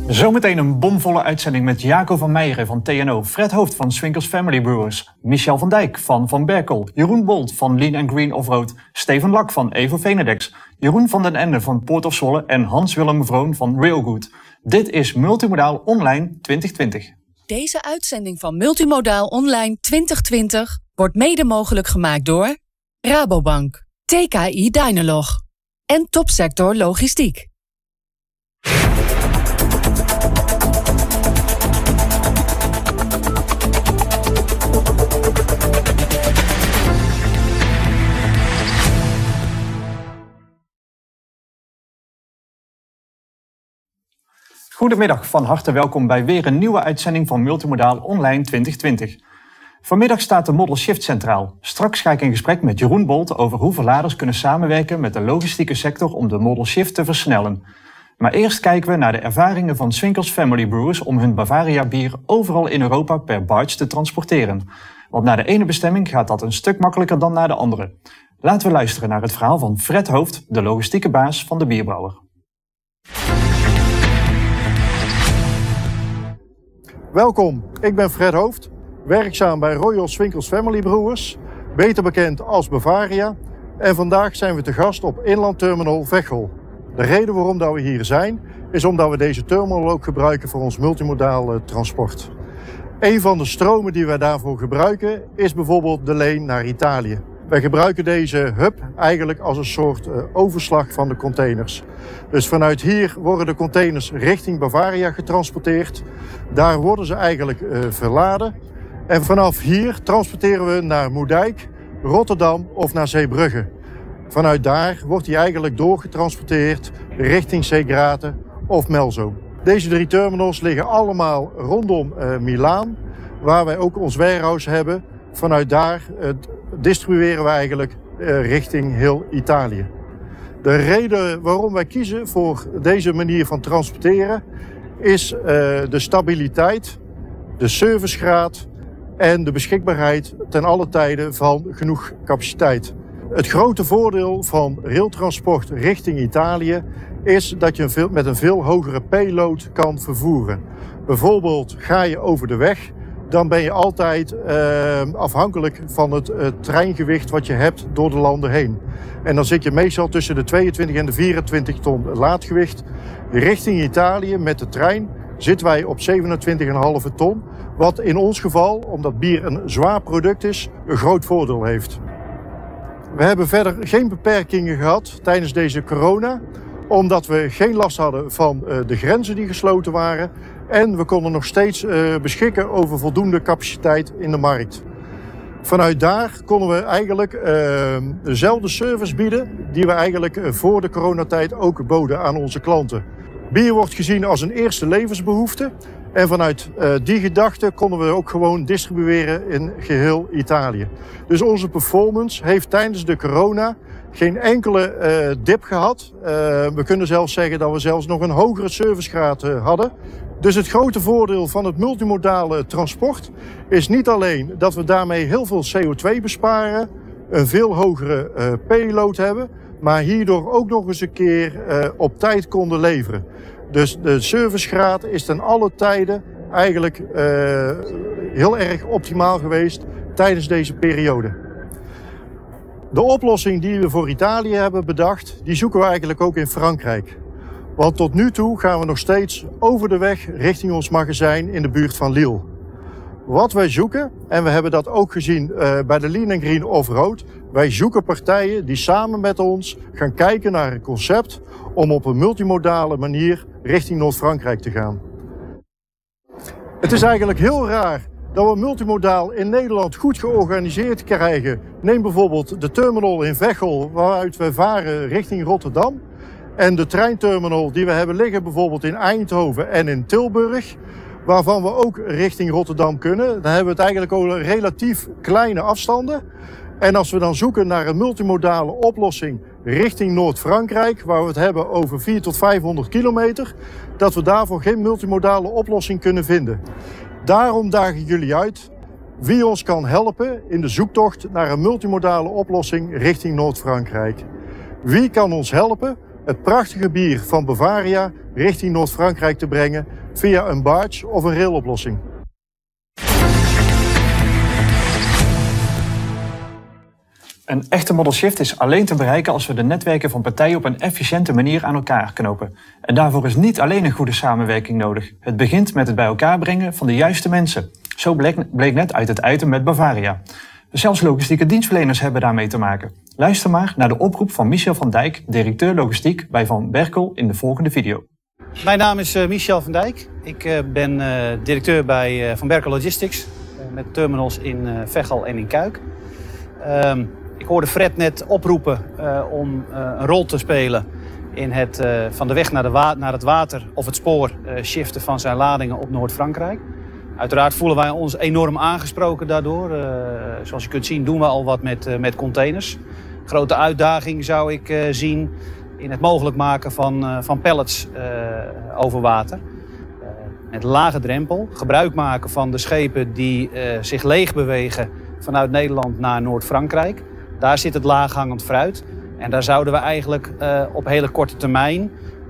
Zometeen een bomvolle uitzending met Jaco van Meijeren van TNO, Fred Hoofd van Swinkels Family Brewers, Michel van Dijk van Berkel, Jeroen Bolt van Lean & Green Offroad, Steven Lak van Evo Venedex, Jeroen van den Ende van Poort of Zwolle en Hans-Willem Vroon van Railgood. Dit is Multimodaal Online 2020. Deze uitzending van Multimodaal Online 2020 wordt mede mogelijk gemaakt door Rabobank, TKI Dynalog en Topsector Logistiek. Goedemiddag, van harte welkom bij weer een nieuwe uitzending van Multimodaal Online 2020. Vanmiddag staat de Model Shift centraal. Straks ga ik in gesprek met Jeroen Bolt over hoe verladers kunnen samenwerken met de logistieke sector om de Model Shift te versnellen. Maar eerst kijken we naar de ervaringen van Swinkels Family Brewers om hun Bavaria bier overal in Europa per barge te transporteren. Want naar de ene bestemming gaat dat een stuk makkelijker dan naar de andere. Laten we luisteren naar het verhaal van Fred Hoofd, de logistieke baas van de bierbrouwer. Welkom, ik ben Fred Hoofd, werkzaam bij Royal Swinkels Family Brewers, beter bekend als Bavaria. En vandaag zijn we te gast op Inlandterminal Veghel. De reden waarom dat we hier zijn, is omdat we deze terminal ook gebruiken voor ons multimodaal transport. Een van de stromen die wij daarvoor gebruiken is bijvoorbeeld de Leen naar Italië. Wij gebruiken deze hub eigenlijk als een soort overslag van de containers. Dus vanuit hier worden de containers richting Bavaria getransporteerd. Daar worden ze eigenlijk verladen. En vanaf hier transporteren we naar Moerdijk, Rotterdam of naar Zeebrugge. Vanuit daar wordt hij eigenlijk doorgetransporteerd richting Zeegraten of Melzo. Deze 3 terminals liggen allemaal rondom Milaan, waar wij ook ons warehouse hebben. Vanuit daar distribueren we eigenlijk richting heel Italië. De reden waarom wij kiezen voor deze manier van transporteren is de stabiliteit, de servicegraad en de beschikbaarheid ten alle tijden van genoeg capaciteit. Het grote voordeel van railtransport richting Italië is dat je met een veel hogere payload kan vervoeren. Bijvoorbeeld ga je over de weg, dan ben je altijd afhankelijk van het treingewicht wat je hebt door de landen heen. En dan zit je meestal tussen de 22 en de 24 ton laadgewicht. Richting Italië met de trein zitten wij op 27,5 ton. Wat in ons geval, omdat bier een zwaar product is, een groot voordeel heeft. We hebben verder geen beperkingen gehad tijdens deze corona, omdat we geen last hadden van de grenzen die gesloten waren. En we konden nog steeds beschikken over voldoende capaciteit in de markt. Vanuit daar konden we eigenlijk dezelfde service bieden die we eigenlijk voor de coronatijd ook boden aan onze klanten. Bier wordt gezien als een eerste levensbehoefte. En vanuit die gedachte konden we ook gewoon distribueren in geheel Italië. Dus onze performance heeft tijdens de corona geen enkele dip gehad. We kunnen zelfs zeggen dat we zelfs nog een hogere servicegraad hadden. Dus het grote voordeel van het multimodale transport is niet alleen dat we daarmee heel veel CO2 besparen, een veel hogere payload hebben, maar hierdoor ook nog eens een keer op tijd konden leveren. Dus de servicegraad is ten alle tijden eigenlijk heel erg optimaal geweest tijdens deze periode. De oplossing die we voor Italië hebben bedacht, die zoeken we eigenlijk ook in Frankrijk. Want tot nu toe gaan we nog steeds over de weg richting ons magazijn in de buurt van Lille. Wat wij zoeken, en we hebben dat ook gezien bij de Lean & Green Offroad, wij zoeken partijen die samen met ons gaan kijken naar een concept om op een multimodale manier richting Noord-Frankrijk te gaan. Het is eigenlijk heel raar dat we multimodaal in Nederland goed georganiseerd krijgen. Neem bijvoorbeeld de terminal in Veghel, waaruit we varen richting Rotterdam. En de treinterminal die we hebben liggen bijvoorbeeld in Eindhoven en in Tilburg, waarvan we ook richting Rotterdam kunnen. Dan hebben we het eigenlijk over relatief kleine afstanden. En als we dan zoeken naar een multimodale oplossing richting Noord-Frankrijk, waar we het hebben over 400 tot 500 kilometer, dat we daarvoor geen multimodale oplossing kunnen vinden. Daarom daag ik jullie uit wie ons kan helpen in de zoektocht naar een multimodale oplossing richting Noord-Frankrijk. Wie kan ons helpen het prachtige bier van Bavaria richting Noord-Frankrijk te brengen via een barge of een railoplossing. Een echte model shift is alleen te bereiken als we de netwerken van partijen op een efficiënte manier aan elkaar knopen. En daarvoor is niet alleen een goede samenwerking nodig. Het begint met het bij elkaar brengen van de juiste mensen. Zo bleek net uit het item met Bavaria. Zelfs logistieke dienstverleners hebben daarmee te maken. Luister maar naar de oproep van Michel van Dijk, directeur logistiek bij Van Berkel in de volgende video. Mijn naam is Michel van Dijk. Ik ben directeur bij Van Berkel Logistics met terminals in Veghel en in Kuik. Ik hoorde Fred net oproepen om een rol te spelen in het van de weg naar het water of het spoor shiften van zijn ladingen op Noord-Frankrijk. Uiteraard voelen wij ons enorm aangesproken daardoor. Zoals je kunt zien doen we al wat met containers. Grote uitdaging zou ik zien in het mogelijk maken van pallets over water. Met lage drempel. Gebruik maken van de schepen die zich leeg bewegen vanuit Nederland naar Noord-Frankrijk. Daar zit het laaghangend fruit. En daar zouden we eigenlijk op hele korte termijn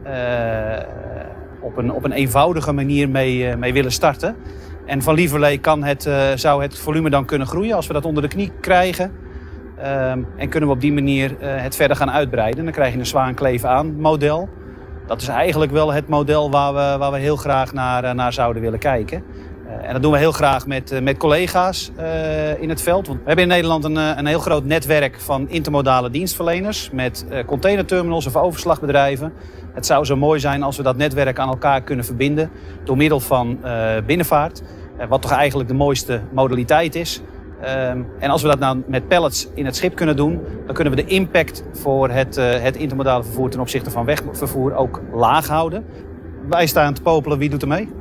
op een eenvoudige manier mee willen starten. En van lieverlee zou het volume dan kunnen groeien als we dat onder de knie krijgen. En kunnen we op die manier het verder gaan uitbreiden. Dan krijg je een zwaan kleven aan model. Dat is eigenlijk wel het model waar we heel graag naar zouden willen kijken. En dat doen we heel graag met collega's in het veld. Want we hebben in Nederland een heel groot netwerk van intermodale dienstverleners met containerterminals of overslagbedrijven. Het zou zo mooi zijn als we dat netwerk aan elkaar kunnen verbinden door middel van binnenvaart. Wat toch eigenlijk de mooiste modaliteit is. En als we dat nou met pallets in het schip kunnen doen, dan kunnen we de impact voor het intermodale vervoer ten opzichte van wegvervoer ook laag houden. Wij staan te popelen, wie doet er mee?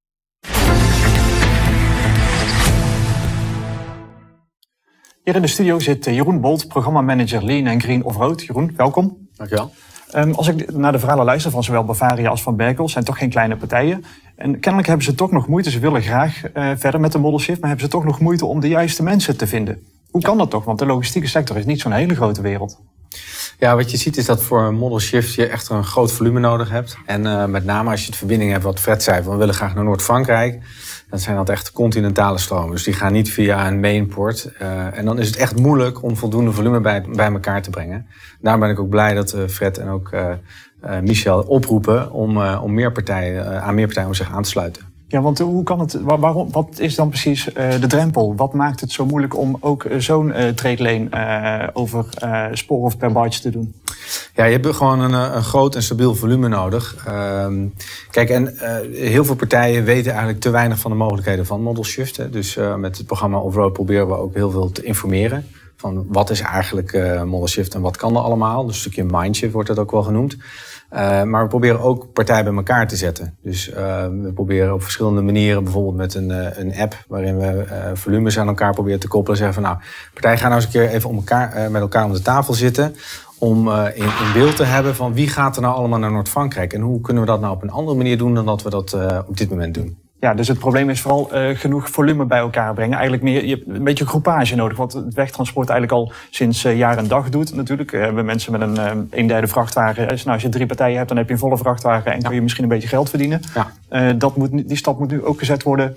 Hier in de studio zit Jeroen Bolt, programmamanager Lean en Green Offroad. Jeroen, welkom. Dankjewel. Als ik naar de verhalen luister van zowel Bavaria als Van Berkel, zijn toch geen kleine partijen. En kennelijk hebben ze toch nog moeite, ze willen graag verder met de model shift, maar hebben ze toch nog moeite om de juiste mensen te vinden. Hoe kan dat toch? Want de logistieke sector is niet zo'n hele grote wereld. Ja, wat je ziet is dat voor een model shift je echt een groot volume nodig hebt. En met name als je de verbinding hebt, wat Fred zei, we willen graag naar Noord-Frankrijk. Dat zijn dat echt continentale stromen. Dus die gaan niet via een mainport. En dan is het echt moeilijk om voldoende volume bij elkaar te brengen. Daarom ben ik ook blij dat Fred en ook Michel oproepen om aan meer partijen om zich aan te sluiten. Ja, want hoe kan het? Wat is dan precies de drempel? Wat maakt het zo moeilijk om ook zo'n trade lane over spoor of per barge te doen? Ja, je hebt gewoon een groot en stabiel volume nodig. Kijk, en heel veel partijen weten eigenlijk te weinig van de mogelijkheden van model shift. Hè. Dus met het programma Offroad proberen we ook heel veel te informeren. Van wat is eigenlijk model shift en wat kan er allemaal. Dus een stukje mindshift wordt dat ook wel genoemd. Maar we proberen ook partijen bij elkaar te zetten. Dus we proberen op verschillende manieren, bijvoorbeeld met een app waarin we volumes aan elkaar proberen te koppelen. Zeggen van nou, partijen gaan nou eens een keer even met elkaar om de tafel zitten. Om in beeld te hebben van wie gaat er nou allemaal naar Noord-Frankrijk. En hoe kunnen we dat nou op een andere manier doen dan dat we dat op dit moment doen. Ja, dus het probleem is vooral genoeg volume bij elkaar brengen. Eigenlijk meer, je hebt een beetje groepage nodig. Wat het wegtransport eigenlijk al sinds jaar en dag doet natuurlijk. We hebben mensen met een derde vrachtwagen. Nou, als je 3 partijen hebt, dan heb je een volle vrachtwagen en kun je misschien een beetje geld verdienen. Ja. Die stap moet nu ook gezet worden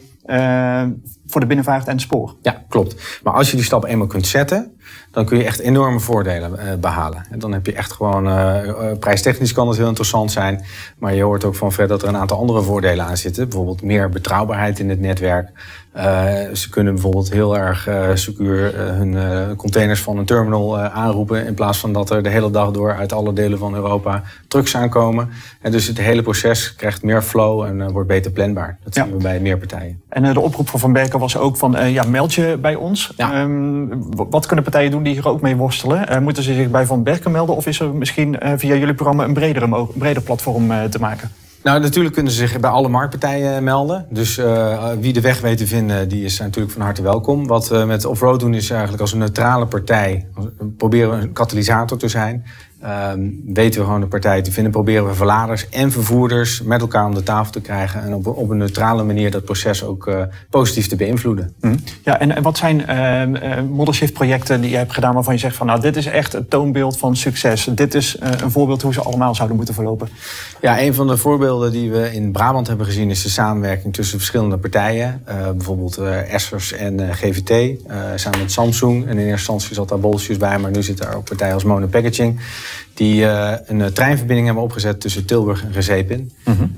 voor de binnenvaart en het spoor. Ja, klopt. Maar als je die stap eenmaal kunt zetten, dan kun je echt enorme voordelen behalen. En dan heb je echt gewoon, prijstechnisch kan het heel interessant zijn. Maar je hoort ook van Fred dat er een aantal andere voordelen aan zitten. Bijvoorbeeld meer betrouwbaarheid in het netwerk. Ze kunnen bijvoorbeeld heel erg secuur hun containers van een terminal aanroepen. In plaats van dat er de hele dag door uit alle delen van Europa trucks aankomen. En dus het hele proces krijgt meer flow en wordt beter planbaar. Dat zien we bij meer partijen. En de oproep van Berkel was ook van meld je bij ons. Ja. Wat kunnen partijen doen die hier ook mee worstelen? Moeten ze zich bij Van Berkel melden of is er misschien via jullie programma een breder platform te maken? Nou, natuurlijk kunnen ze zich bij alle marktpartijen melden. Dus wie de weg weet te vinden, die is natuurlijk van harte welkom. Wat we met Offroad doen is eigenlijk als een neutrale partij proberen we een katalysator te zijn. weten we gewoon de partij te vinden. Proberen we verladers en vervoerders met elkaar om de tafel te krijgen. En op een neutrale manier dat proces ook positief te beïnvloeden. Ja, en wat zijn Modelshift projecten die je hebt gedaan waarvan je zegt van nou, dit is echt het toonbeeld van succes. Dit is een voorbeeld hoe ze allemaal zouden moeten verlopen. Ja, een van de voorbeelden die we in Brabant hebben gezien is de samenwerking tussen verschillende partijen. Bijvoorbeeld Essers en GVT, samen met Samsung. En in eerste instantie zat daar Bolsjes bij, maar nu zit daar ook partijen als Mono Packaging. Die een treinverbinding hebben opgezet tussen Tilburg en Gezepin.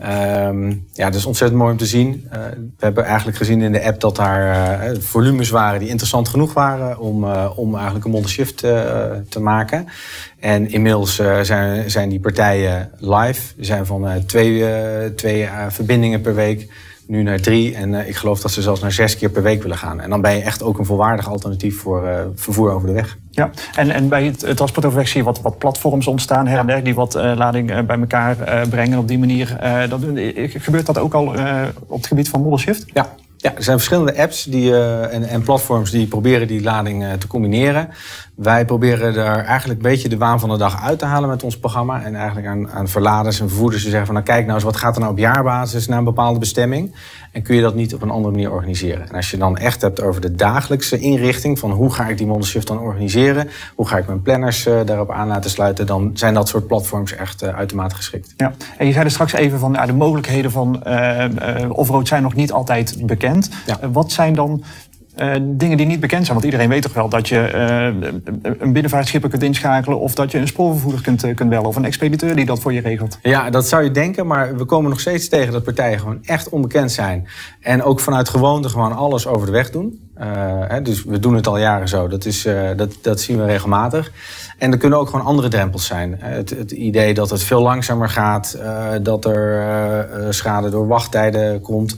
Ja, dat is ontzettend mooi om te zien. We hebben eigenlijk gezien in de app dat daar volumes waren die interessant genoeg waren om eigenlijk een Modelshift te maken. En inmiddels zijn die partijen live. Die zijn van twee verbindingen per week nu naar 3. En ik geloof dat ze zelfs naar 6 keer per week willen gaan. En dan ben je echt ook een volwaardig alternatief voor vervoer over de weg. Ja, en bij het transport over weg zie je wat platforms ontstaan her en der die wat lading bij elkaar brengen. Op die manier gebeurt dat ook al op het gebied van Modelshift? Ja. Ja, er zijn verschillende apps en platforms die proberen die lading te combineren. Wij proberen daar eigenlijk een beetje de waan van de dag uit te halen met ons programma. En eigenlijk aan verladers en vervoerders te zeggen van nou kijk nou eens, wat gaat er nou op jaarbasis naar een bepaalde bestemming? En kun je dat niet op een andere manier organiseren? En als je dan echt hebt over de dagelijkse inrichting van hoe ga ik die Modelshift dan organiseren? Hoe ga ik mijn planners daarop aan laten sluiten? Dan zijn dat soort platforms echt uitermate geschikt. Ja, en je zei er straks even van de mogelijkheden van offroad zijn nog niet altijd bekend. Ja. Wat zijn dan dingen die niet bekend zijn? Want iedereen weet toch wel dat je een binnenvaartschipper kunt inschakelen of dat je een spoorvervoerder kunt bellen of een expediteur die dat voor je regelt. Ja, dat zou je denken, maar we komen nog steeds tegen dat partijen gewoon echt onbekend zijn. En ook vanuit gewoonte gewoon alles over de weg doen. Dus we doen het al jaren zo. Dat zien we regelmatig. En er kunnen ook gewoon andere drempels zijn. Het idee dat het veel langzamer gaat, dat er schade door wachttijden komt.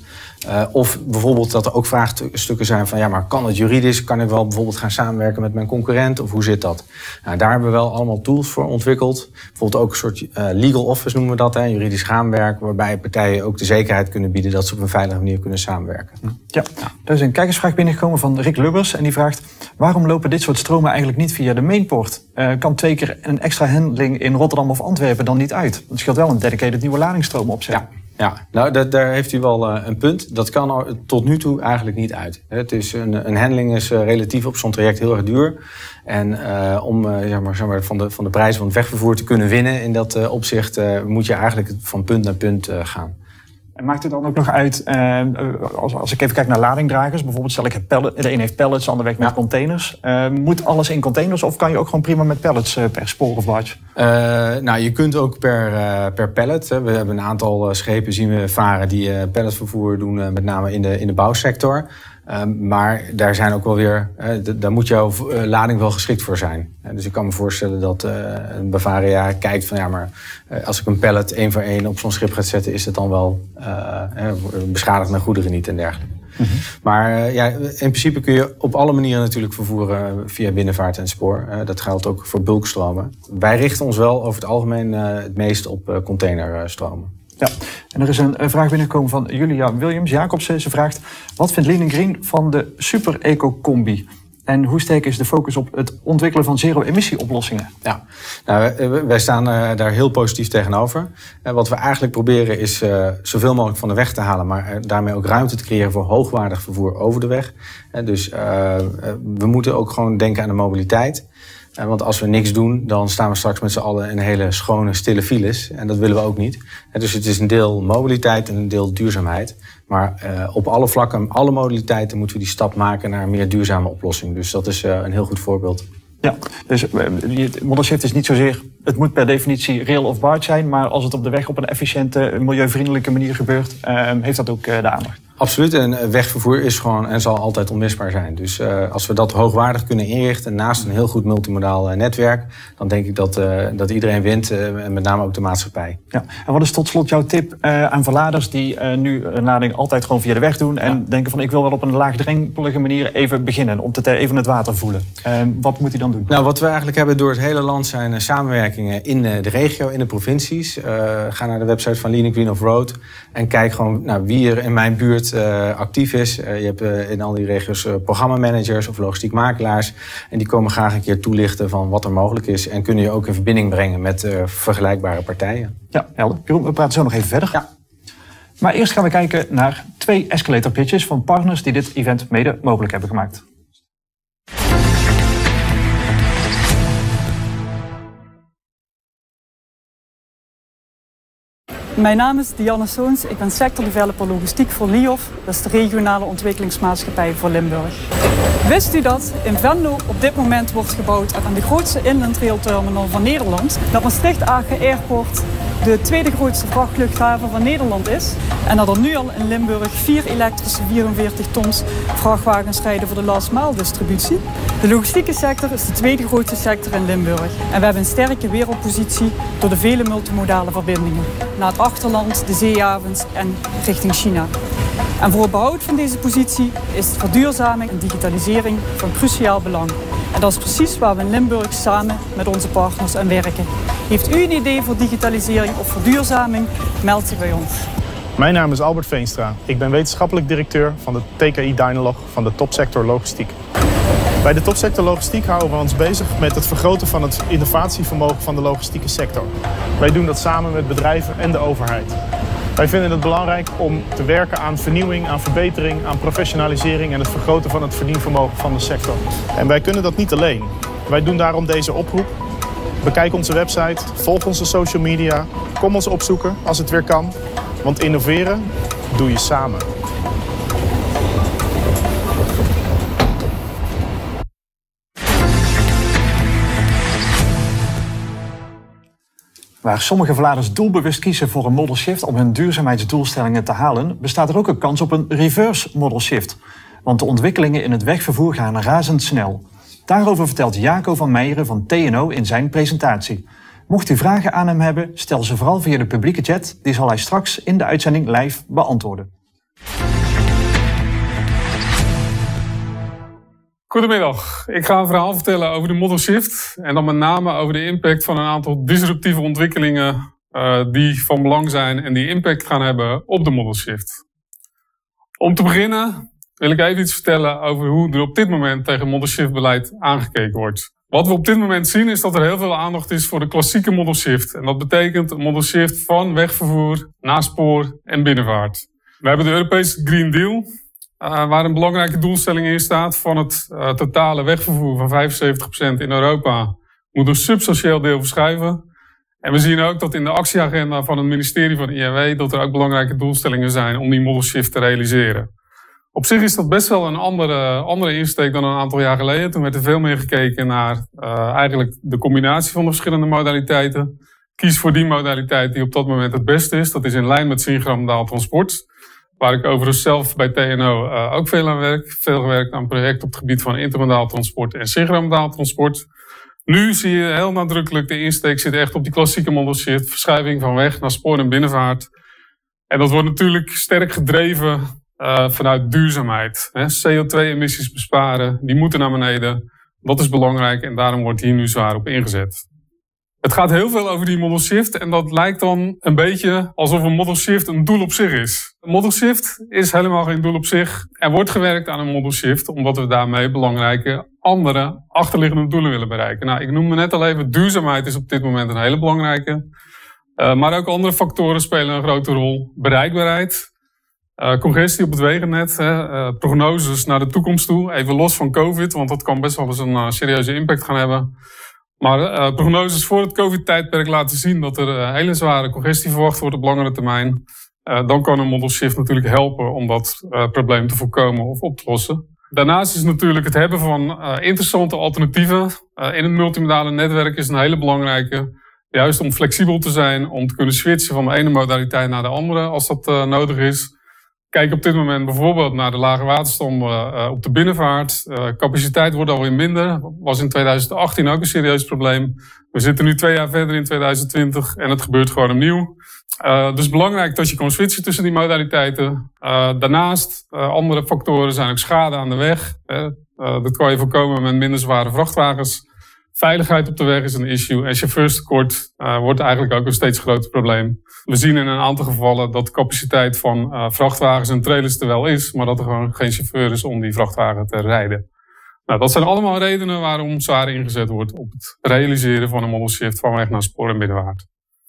Of bijvoorbeeld dat er ook vraagstukken zijn van ja, maar kan het juridisch? Kan ik wel bijvoorbeeld gaan samenwerken met mijn concurrent? Of hoe zit dat? Nou, daar hebben we wel allemaal tools voor ontwikkeld. Bijvoorbeeld ook een soort legal office noemen we dat, juridisch raamwerk, waarbij partijen ook de zekerheid kunnen bieden dat ze op een veilige manier kunnen samenwerken. Ja, er is een kijkersvraag binnengekomen van Rick Lubbers en die vraagt: waarom lopen dit soort stromen eigenlijk niet via de mainport? Kan 2 keer een extra handling in Rotterdam of Antwerpen dan niet uit? Het scheelt wel een dedicated nieuwe ladingstroom opzetten. Ja, nou daar heeft u wel een punt. Dat kan er tot nu toe eigenlijk niet uit. Het is een handling is relatief op zo'n traject heel erg duur. En om zeg maar, van de prijs van het wegvervoer te kunnen winnen in dat opzicht moet je eigenlijk van punt naar punt gaan. En maakt het dan ook nog uit, als ik even kijk naar ladingdragers, bijvoorbeeld stel ik heb de een heeft pallets, de ander werkt met containers. Moet alles in containers of kan je ook gewoon prima met pallets per spoor of barge? Nou, je kunt ook per pallet. We hebben een aantal schepen zien we varen die palletvervoer doen, met name in de bouwsector. Maar daar zijn ook wel weer, daar moet jouw lading wel geschikt voor zijn. Dus ik kan me voorstellen dat een Bavaria kijkt van ja, maar als ik een pallet 1 voor 1 op zo'n schip ga zetten, is het dan wel beschadigd naar goederen niet en dergelijke. Mm-hmm. Maar in principe kun je op alle manieren natuurlijk vervoeren via binnenvaart en spoor. Dat geldt ook voor bulkstromen. Wij richten ons wel over het algemeen het meest op containerstromen. Ja, en er is een vraag binnengekomen van Julia Williams Jacobsen. Ze vraagt: wat vindt Lean & Green van de Super Eco Combi? En hoe sterk is de focus op het ontwikkelen van zero-emissie-oplossingen? Ja, nou, wij staan daar heel positief tegenover. Wat we eigenlijk proberen is zoveel mogelijk van de weg te halen, maar daarmee ook ruimte te creëren voor hoogwaardig vervoer over de weg. Dus we moeten ook gewoon denken aan de mobiliteit. Want als we niks doen, dan staan we straks met z'n allen in hele schone, stille files. En dat willen we ook niet. Dus het is een deel mobiliteit en een deel duurzaamheid. Maar op alle vlakken, alle modaliteiten moeten we die stap maken naar een meer duurzame oplossing. Dus dat is een heel goed voorbeeld. Ja, dus Modelshift is niet zozeer, het moet per definitie rail of barge zijn. Maar als het op de weg op een efficiënte, milieuvriendelijke manier gebeurt, heeft dat ook de aandacht. Absoluut, en wegvervoer is gewoon en zal altijd onmisbaar zijn. Dus als we dat hoogwaardig kunnen inrichten naast een heel goed multimodaal netwerk, dan denk ik dat iedereen wint, en met name ook de maatschappij. Ja. En wat is tot slot jouw tip aan verladers die nu een lading altijd gewoon via de weg doen en denken van ik wil wel op een laagdrempelige manier even beginnen, om even het water voelen. Wat moet hij dan doen? Nou, wat we eigenlijk hebben door het hele land zijn samenwerking samenwerkingen in de regio, in de provincies. Ga naar de website van Lean & Green Off-Road en kijk gewoon wie er in mijn buurt actief is. Je hebt in al die regio's programmamanagers of logistiek makelaars. En die komen graag een keer toelichten van wat er mogelijk is. En kunnen je ook in verbinding brengen met vergelijkbare partijen. Ja, helder. Jeroen, we praten zo nog even verder. Ja. Maar eerst gaan we kijken naar 2 escalator pitches van partners die dit event mede mogelijk hebben gemaakt. Mijn naam is Dianne Soons. Ik ben sector developer logistiek voor LIOF. Dat is de regionale ontwikkelingsmaatschappij voor Limburg. Wist u dat in Venlo op dit moment wordt gebouwd aan de grootste inland rail terminal van Nederland? Dat Maastricht-Agen Airport de tweede grootste vrachtluchthaven van Nederland is. En dat er nu al in Limburg 4 elektrische 44 tons vrachtwagens rijden voor de last mile distributie. De logistieke sector is de tweede grootste sector in Limburg. En we hebben een sterke wereldpositie door de vele multimodale verbindingen. Naar het achterland, de zeehavens en richting China. En voor het behoud van deze positie is verduurzaming en digitalisering van cruciaal belang. En dat is precies waar we in Limburg samen met onze partners aan werken. Heeft u een idee voor digitalisering of verduurzaming? Meld zich bij ons. Mijn naam is Albert Veenstra. Ik ben wetenschappelijk directeur van de TKI Dynalog van de topsector logistiek. Bij de topsector logistiek houden we ons bezig met het vergroten van het innovatievermogen van de logistieke sector. Wij doen dat samen met bedrijven en de overheid. Wij vinden het belangrijk om te werken aan vernieuwing, aan verbetering, aan professionalisering en het vergroten van het verdienvermogen van de sector. En wij kunnen dat niet alleen. Wij doen daarom deze oproep. Bekijk onze website, volg onze social media, kom ons opzoeken als het weer kan. Want innoveren doe je samen. Waar sommige Vladers doelbewust kiezen voor een model shift om hun duurzaamheidsdoelstellingen te halen, bestaat er ook een kans op een reverse model shift. Want de ontwikkelingen in het wegvervoer gaan razendsnel. Daarover vertelt Jaco van Meijeren van TNO in zijn presentatie. Mocht u vragen aan hem hebben, stel ze vooral via de publieke chat. Die zal hij straks in de uitzending live beantwoorden. Goedemiddag, ik ga een verhaal vertellen over de model shift en dan met name over de impact van een aantal disruptieve ontwikkelingen die van belang zijn en die impact gaan hebben op de model shift. Om te beginnen wil ik even iets vertellen over hoe er op dit moment tegen model shift beleid aangekeken wordt. Wat we op dit moment zien is dat er heel veel aandacht is voor de klassieke model shift. En dat betekent een model shift van wegvervoer naar spoor en binnenvaart. We hebben de Europese Green Deal, waar een belangrijke doelstelling in staat van het totale wegvervoer van 75% in Europa moet een substantieel deel verschuiven. En we zien ook dat in de actieagenda van het ministerie van INW dat er ook belangrijke doelstellingen zijn om die model shift te realiseren. Op zich is dat best wel een andere insteek dan een aantal jaar geleden. Toen werd er veel meer gekeken naar eigenlijk de combinatie van de verschillende modaliteiten. Kies voor die modaliteit die op dat moment het beste is. Dat is in lijn met synchromodaal transport. Waar ik overigens zelf bij TNO ook veel aan werk. Veel gewerkt aan een project op het gebied van intermodaal transport en synchromodaal transport. Nu zie je heel nadrukkelijk de insteek zit echt op die klassieke model shift. Verschuiving van weg naar spoor en binnenvaart. En dat wordt natuurlijk sterk gedreven vanuit duurzaamheid. CO2-emissies besparen, die moeten naar beneden. Dat is belangrijk en daarom wordt hier nu zwaar op ingezet. Het gaat heel veel over die model shift en dat lijkt dan een beetje alsof een model shift een doel op zich is. Een model shift is helemaal geen doel op zich. Er wordt gewerkt aan een model shift omdat we daarmee belangrijke andere achterliggende doelen willen bereiken. Nou, ik noemde net al even, duurzaamheid is op dit moment een hele belangrijke. Maar ook andere factoren spelen een grote rol. Bereikbaarheid, congestie op het wegennet, prognoses naar de toekomst toe. Even los van COVID, want dat kan best wel eens een serieuze impact gaan hebben. Maar prognoses voor het COVID-tijdperk laten zien dat er hele zware congestie verwacht wordt op langere termijn. Dan kan een model shift natuurlijk helpen om dat probleem te voorkomen of op te lossen. Daarnaast is natuurlijk het hebben van interessante alternatieven in het multimodale netwerk is een hele belangrijke. Juist om flexibel te zijn, om te kunnen switchen van de ene modaliteit naar de andere als dat nodig is. Kijk op dit moment bijvoorbeeld naar de lage waterstanden op de binnenvaart. Capaciteit wordt alweer minder. Was in 2018 ook een serieus probleem. We zitten nu 2 jaar verder in 2020 en het gebeurt gewoon opnieuw. Dus belangrijk dat je kan switchen tussen die modaliteiten. Daarnaast, andere factoren zijn ook schade aan de weg. Dat kan je voorkomen met minder zware vrachtwagens. Veiligheid op de weg is een issue en chauffeurstekort wordt eigenlijk ook een steeds groter probleem. We zien in een aantal gevallen dat de capaciteit van vrachtwagens en trailers er wel is, maar dat er gewoon geen chauffeur is om die vrachtwagen te rijden. Nou, dat zijn allemaal redenen waarom zwaar ingezet wordt op het realiseren van een model shift van weg naar spoor en binnenvaart.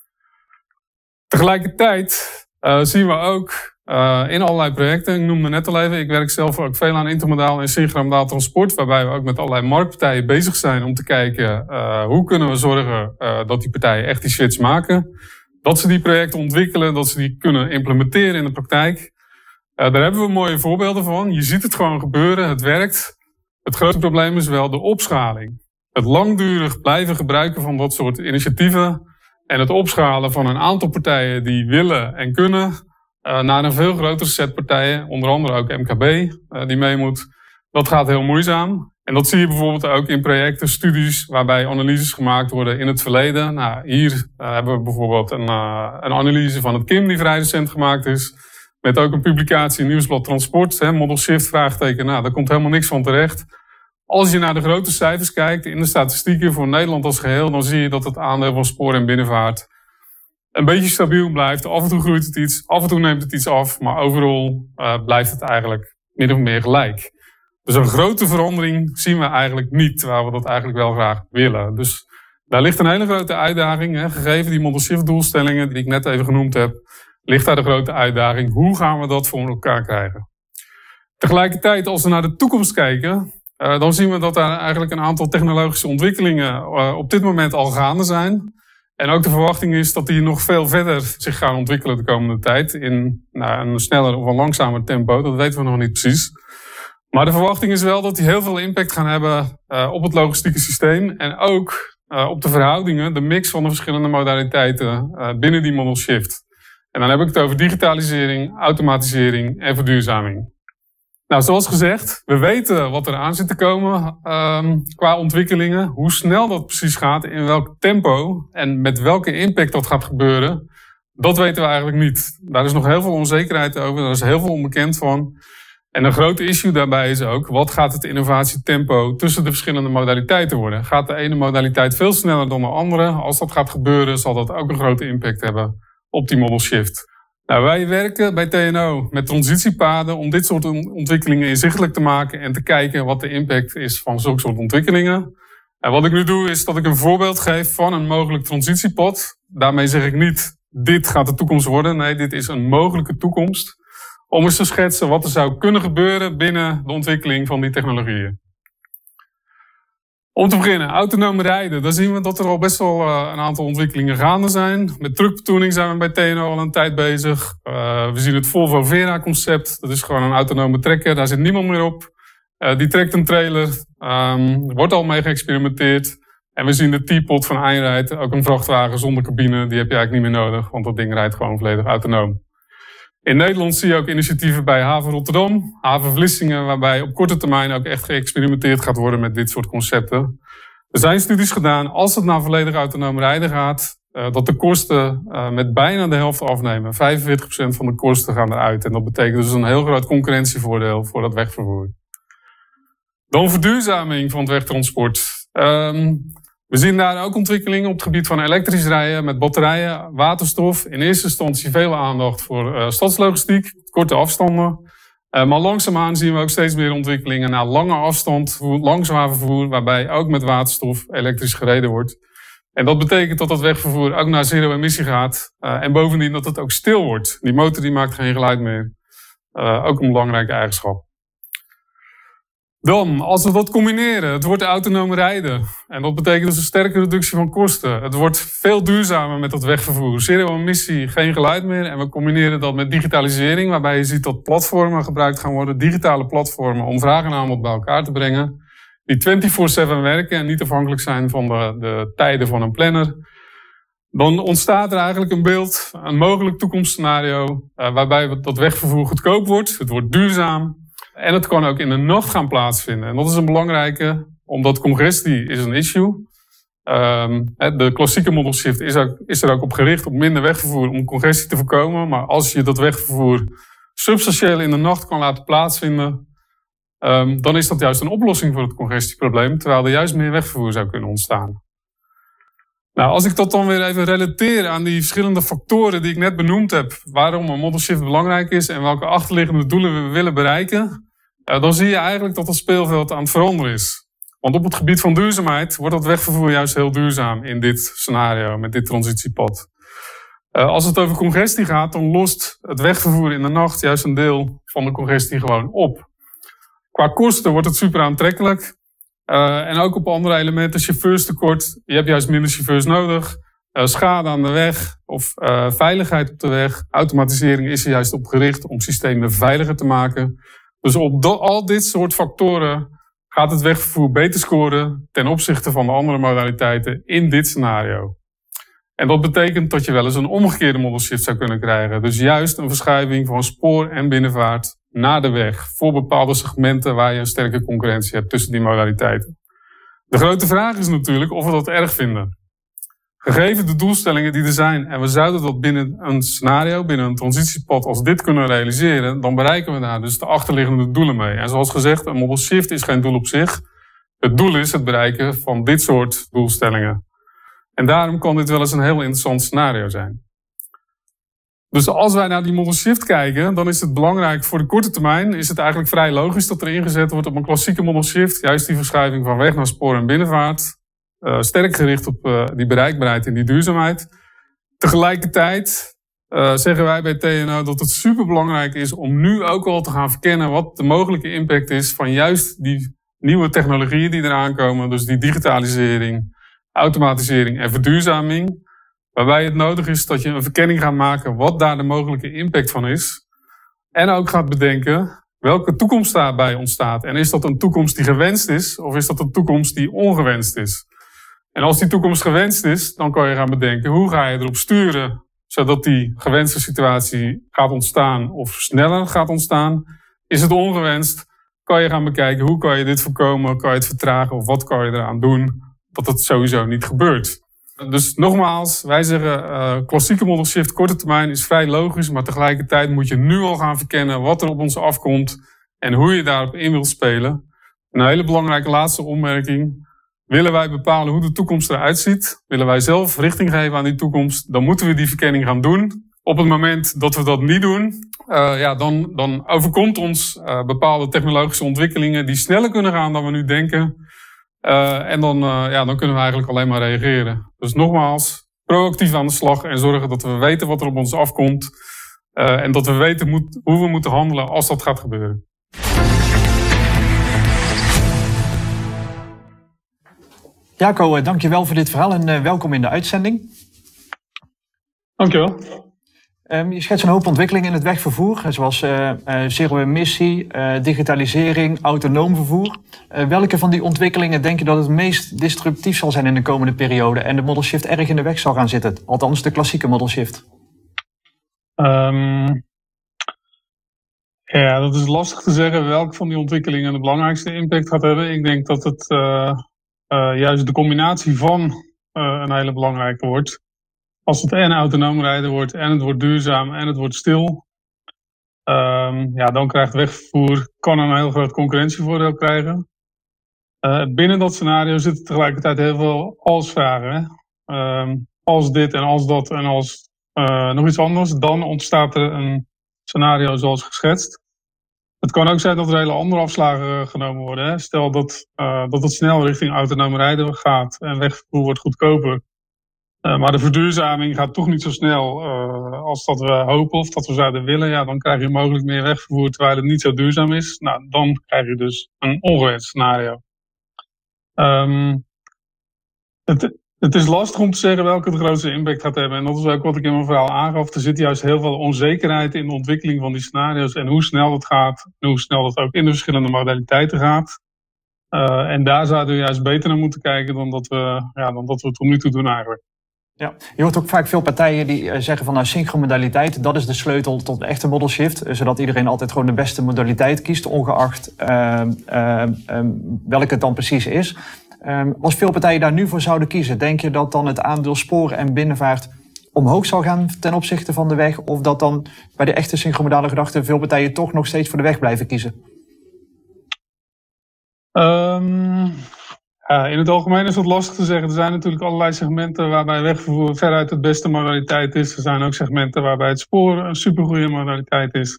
Tegelijkertijd zien we ook in allerlei projecten, ik noemde net al even, ik werk zelf ook veel aan intermodaal en synchromodaal transport, waarbij we ook met allerlei marktpartijen bezig zijn om te kijken hoe kunnen we zorgen dat die partijen echt die switch maken. Dat ze die projecten ontwikkelen, dat ze die kunnen implementeren in de praktijk. Daar hebben we mooie voorbeelden van. Je ziet het gewoon gebeuren, het werkt. Het grote probleem is wel de opschaling. Het langdurig blijven gebruiken van dat soort initiatieven en het opschalen van een aantal partijen die willen en kunnen naar een veel grotere set partijen, onder andere ook MKB die mee moet. Dat gaat heel moeizaam. En dat zie je bijvoorbeeld ook in projecten, studies waarbij analyses gemaakt worden in het verleden. Nou, hier hebben we bijvoorbeeld een analyse van het KIM die vrij recent gemaakt is. Met ook een publicatie in Nieuwsblad Transport, Model Shift, vraagteken. Nou, daar komt helemaal niks van terecht. Als je naar de grote cijfers kijkt in de statistieken voor Nederland als geheel, dan zie je dat het aandeel van spoor en binnenvaart een beetje stabiel blijft. Af en toe groeit het iets, af en toe neemt het iets af, maar overal blijft het eigenlijk min of meer gelijk. Dus een grote verandering zien we eigenlijk niet, terwijl we dat eigenlijk wel graag willen. Dus daar ligt een hele grote uitdaging, gegeven die model shift doelstellingen die ik net even genoemd heb, ligt daar de grote uitdaging. Hoe gaan we dat voor elkaar krijgen? Tegelijkertijd, als we naar de toekomst kijken, dan zien we dat daar eigenlijk een aantal technologische ontwikkelingen op dit moment al gaande zijn. En ook de verwachting is dat die nog veel verder zich gaan ontwikkelen de komende tijd in een sneller of een langzamer tempo. Dat weten we nog niet precies. Maar de verwachting is wel dat die heel veel impact gaan hebben op het logistieke systeem en ook op de verhoudingen, de mix van de verschillende modaliteiten binnen die model shift. En dan heb ik het over digitalisering, automatisering en verduurzaming. Nou, zoals gezegd, we weten wat er aan zit te komen qua ontwikkelingen. Hoe snel dat precies gaat, in welk tempo en met welke impact dat gaat gebeuren, dat weten we eigenlijk niet. Daar is nog heel veel onzekerheid over, daar is heel veel onbekend van. En een groot issue daarbij is ook, wat gaat het innovatietempo tussen de verschillende modaliteiten worden? Gaat de ene modaliteit veel sneller dan de andere? Als dat gaat gebeuren, zal dat ook een grote impact hebben op die model shift. Nou, wij werken bij TNO met transitiepaden om dit soort ontwikkelingen inzichtelijk te maken en te kijken wat de impact is van zulke soort ontwikkelingen. En wat ik nu doe is dat ik een voorbeeld geef van een mogelijk transitiepad. Daarmee zeg ik niet, dit gaat de toekomst worden. Nee, dit is een mogelijke toekomst. Om eens te schetsen wat er zou kunnen gebeuren binnen de ontwikkeling van die technologieën. Om te beginnen, autonoom rijden. Daar zien we dat er al best wel een aantal ontwikkelingen gaande zijn. Met truckbetooning zijn we bij TNO al een tijd bezig. We zien het Volvo Vera concept. Dat is gewoon een autonome trekker. Daar zit niemand meer op. Die trekt een trailer. Er wordt al mee geëxperimenteerd. En we zien de T-Pod van Einride. Ook een vrachtwagen zonder cabine. Die heb je eigenlijk niet meer nodig. Want dat ding rijdt gewoon volledig autonoom. In Nederland zie je ook initiatieven bij Haven Rotterdam, Haven Vlissingen, waarbij op korte termijn ook echt geëxperimenteerd gaat worden met dit soort concepten. Er zijn studies gedaan, als het naar volledig autonoom rijden gaat, dat de kosten met bijna de helft afnemen. 45% van de kosten gaan eruit. En dat betekent dus een heel groot concurrentievoordeel voor dat wegvervoer. Dan verduurzaming van het wegtransport. We zien daar ook ontwikkelingen op het gebied van elektrisch rijden met batterijen, waterstof. In eerste instantie veel aandacht voor stadslogistiek, korte afstanden. Maar langzaamaan zien we ook steeds meer ontwikkelingen naar lange afstand, langzaam vervoer, waarbij ook met waterstof elektrisch gereden wordt. En dat betekent dat dat wegvervoer ook naar zero-emissie gaat. En bovendien dat het ook stil wordt. Die motor die maakt geen geluid meer. Ook een belangrijke eigenschap. Dan, als we dat combineren, het wordt autonoom rijden. En dat betekent dus een sterke reductie van kosten. Het wordt veel duurzamer met dat wegvervoer. Zero-emissie, geen geluid meer. En we combineren dat met digitalisering, waarbij je ziet dat platformen gebruikt gaan worden. Digitale platformen om vraag en aanbod bij elkaar te brengen. Die 24/7 werken en niet afhankelijk zijn van de tijden van een planner. Dan ontstaat er eigenlijk een beeld, een mogelijk toekomstscenario, waarbij dat wegvervoer goedkoop wordt. Het wordt duurzaam. En het kan ook in de nacht gaan plaatsvinden. En dat is een belangrijke, omdat congestie is een issue. De klassieke model shift is er ook op gericht op minder wegvervoer om congestie te voorkomen. Maar als je dat wegvervoer substantieel in de nacht kan laten plaatsvinden, dan is dat juist een oplossing voor het congestieprobleem, terwijl er juist meer wegvervoer zou kunnen ontstaan. Nou, als ik dat dan weer even relateer aan die verschillende factoren die ik net benoemd heb, waarom een modal shift belangrijk is en welke achterliggende doelen we willen bereiken, dan zie je eigenlijk dat het speelveld aan het veranderen is. Want op het gebied van duurzaamheid wordt dat wegvervoer juist heel duurzaam in dit scenario, met dit transitiepad. Als het over congestie gaat, dan lost het wegvervoer in de nacht juist een deel van de congestie gewoon op. Qua kosten wordt het super aantrekkelijk. En ook op andere elementen, chauffeurstekort. Je hebt juist minder chauffeurs nodig. Schade aan de weg of veiligheid op de weg. Automatisering is er juist op gericht om systemen veiliger te maken. Dus op al dit soort factoren gaat het wegvervoer beter scoren ten opzichte van de andere modaliteiten in dit scenario. En dat betekent dat je wel eens een omgekeerde modal shift zou kunnen krijgen. Dus juist een verschuiving van spoor en binnenvaart naar de weg. Voor bepaalde segmenten waar je een sterke concurrentie hebt tussen die modaliteiten. De grote vraag is natuurlijk of we dat erg vinden. Gegeven de doelstellingen die er zijn en we zouden dat binnen een scenario, binnen een transitiepad als dit kunnen realiseren, dan bereiken we daar dus de achterliggende doelen mee. En zoals gezegd, een modal shift is geen doel op zich. Het doel is het bereiken van dit soort doelstellingen. En daarom kan dit wel eens een heel interessant scenario zijn. Dus als wij naar die modal shift kijken, dan is het belangrijk voor de korte termijn, is het eigenlijk vrij logisch dat er ingezet wordt op een klassieke modal shift. Juist die verschuiving van weg naar spoor en binnenvaart. Sterk gericht op die bereikbaarheid en die duurzaamheid. Tegelijkertijd zeggen wij bij TNO dat het superbelangrijk is om nu ook al te gaan verkennen wat de mogelijke impact is van juist die nieuwe technologieën die eraan komen. Dus die digitalisering, automatisering en verduurzaming. Waarbij het nodig is dat je een verkenning gaat maken wat daar de mogelijke impact van is. En ook gaat bedenken welke toekomst daarbij ontstaat. En is dat een toekomst die gewenst is of is dat een toekomst die ongewenst is? En als die toekomst gewenst is, dan kan je gaan bedenken hoe ga je erop sturen zodat die gewenste situatie gaat ontstaan of sneller gaat ontstaan. Is het ongewenst, kan je gaan bekijken hoe kan je dit voorkomen, kan je het vertragen of wat kan je eraan doen dat het sowieso niet gebeurt. Dus nogmaals, wij zeggen klassieke modal shift korte termijn is vrij logisch, maar tegelijkertijd moet je nu al gaan verkennen wat er op ons afkomt en hoe je daarop in wilt spelen. Een hele belangrijke laatste opmerking. Willen wij bepalen hoe de toekomst eruit ziet, willen wij zelf richting geven aan die toekomst, dan moeten we die verkenning gaan doen. Op het moment dat we dat niet doen, dan overkomt ons bepaalde technologische ontwikkelingen die sneller kunnen gaan dan we nu denken. En dan kunnen we eigenlijk alleen maar reageren. Dus nogmaals, proactief aan de slag en zorgen dat we weten wat er op ons afkomt. En dat we weten hoe we moeten handelen als dat gaat gebeuren. Jaco, dankjewel voor dit verhaal en welkom in de uitzending. Dankjewel. Je schetst een hoop ontwikkelingen in het wegvervoer, zoals zero-emissie, digitalisering, autonoom vervoer. Welke van die ontwikkelingen denk je dat het meest disruptief zal zijn in de komende periode en de modal shift erg in de weg zal gaan zitten? Althans, de klassieke modal shift. Ja, dat is lastig te zeggen welke van die ontwikkelingen de belangrijkste impact gaat hebben. Ik denk dat het juist de combinatie van een hele belangrijke wordt. Als het en autonoom rijden wordt en het wordt duurzaam en het wordt stil, dan krijgt wegvervoer, kan een heel groot concurrentievoordeel krijgen. Binnen dat scenario zitten tegelijkertijd heel veel als-vragen. Als dit en als dat en als nog iets anders, dan ontstaat er een scenario zoals geschetst. Het kan ook zijn dat er hele andere afslagen genomen worden. Hè. Stel dat het snel richting autonoom rijden gaat en wegvervoer wordt goedkoper. Maar de verduurzaming gaat toch niet zo snel als dat we hopen of dat we zouden willen. Ja, dan krijg je mogelijk meer wegvervoer terwijl het niet zo duurzaam is. Nou, dan krijg je dus een ongewenst scenario. Het is lastig om te zeggen welke de grootste impact gaat hebben. En dat is ook wat ik in mijn verhaal aangaf. Er zit juist heel veel onzekerheid in de ontwikkeling van die scenario's. En hoe snel dat gaat. En hoe snel dat ook in de verschillende modaliteiten gaat. En daar zouden we juist beter naar moeten kijken dan dat we tot nu toe doen eigenlijk. Ja, je hoort ook vaak veel partijen die zeggen van synchromodaliteit, dat is de sleutel tot de echte modal shift. Zodat iedereen altijd gewoon de beste modaliteit kiest, ongeacht welke het dan precies is. Als veel partijen daar nu voor zouden kiezen, denk je dat dan het aandeel sporen en binnenvaart omhoog zal gaan ten opzichte van de weg? Of dat dan bij de echte synchromodale gedachte veel partijen toch nog steeds voor de weg blijven kiezen? In het algemeen is het lastig te zeggen. Er zijn natuurlijk allerlei segmenten waarbij wegvervoer veruit het beste modaliteit is. Er zijn ook segmenten waarbij het spoor een supergoeie modaliteit is.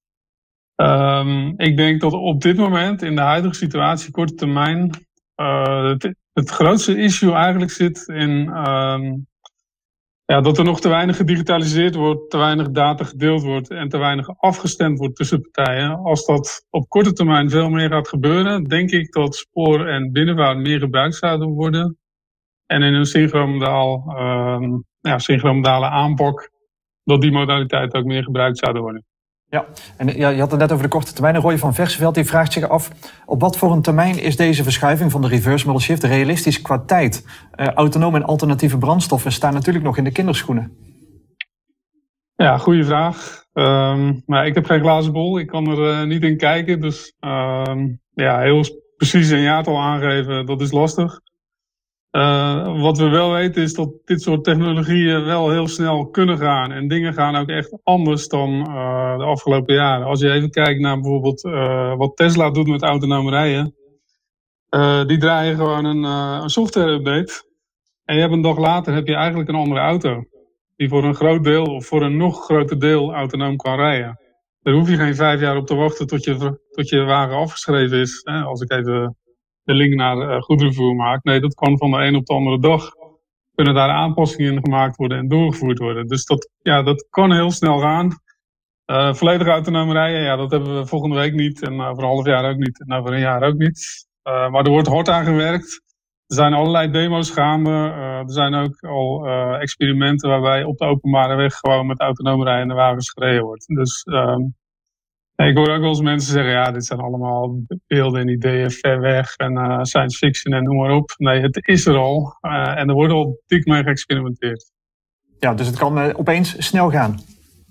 Ik denk dat op dit moment, in de huidige situatie, korte termijn, het grootste issue eigenlijk zit in dat er nog te weinig gedigitaliseerd wordt, te weinig data gedeeld wordt en te weinig afgestemd wordt tussen partijen. Als dat op korte termijn veel meer gaat gebeuren, denk ik dat spoor en binnenvaart meer gebruikt zouden worden. En in een synchromodale aanpak, dat die modaliteiten ook meer gebruikt zouden worden. Ja, en je had het net over de korte termijn. Roy van Versveld die vraagt zich af, op wat voor een termijn is deze verschuiving van de reverse modal shift realistisch qua tijd? Autonome en alternatieve brandstoffen staan natuurlijk nog in de kinderschoenen. Ja, goede vraag. Maar ik heb geen glazen bol, ik kan er niet in kijken. Dus heel precies een jaartal aangeven, dat is lastig. Wat we wel weten is dat dit soort technologieën wel heel snel kunnen gaan. En dingen gaan ook echt anders dan de afgelopen jaren. Als je even kijkt naar bijvoorbeeld wat Tesla doet met autonome rijden. Die draaien gewoon een software update. En je hebt een dag later heb je eigenlijk een andere auto. Die voor een groot deel of voor een nog groter deel autonoom kan rijden. Daar hoef je geen 5 jaar op te wachten tot je wagen afgeschreven is. Als ik even de link naar goederenvervoer maak. Nee, dat kan van de een op de andere dag. Kunnen daar aanpassingen in gemaakt worden en doorgevoerd worden. Dus dat kan heel snel gaan. Volledig autonoom rijden, dat hebben we volgende week niet. En over een half jaar ook niet. En over een jaar ook niet. Maar er wordt hard aan gewerkt. Er zijn allerlei demo's gaande. Er zijn ook al experimenten waarbij op de openbare weg gewoon met autonoom rijdende wagens gereden wordt. Dus ik hoor ook wel eens mensen zeggen, dit zijn allemaal beelden en ideeën ver weg en science fiction en noem maar op. Nee, het is er al en er wordt al dik mee geëxperimenteerd. Ja, dus het kan opeens snel gaan.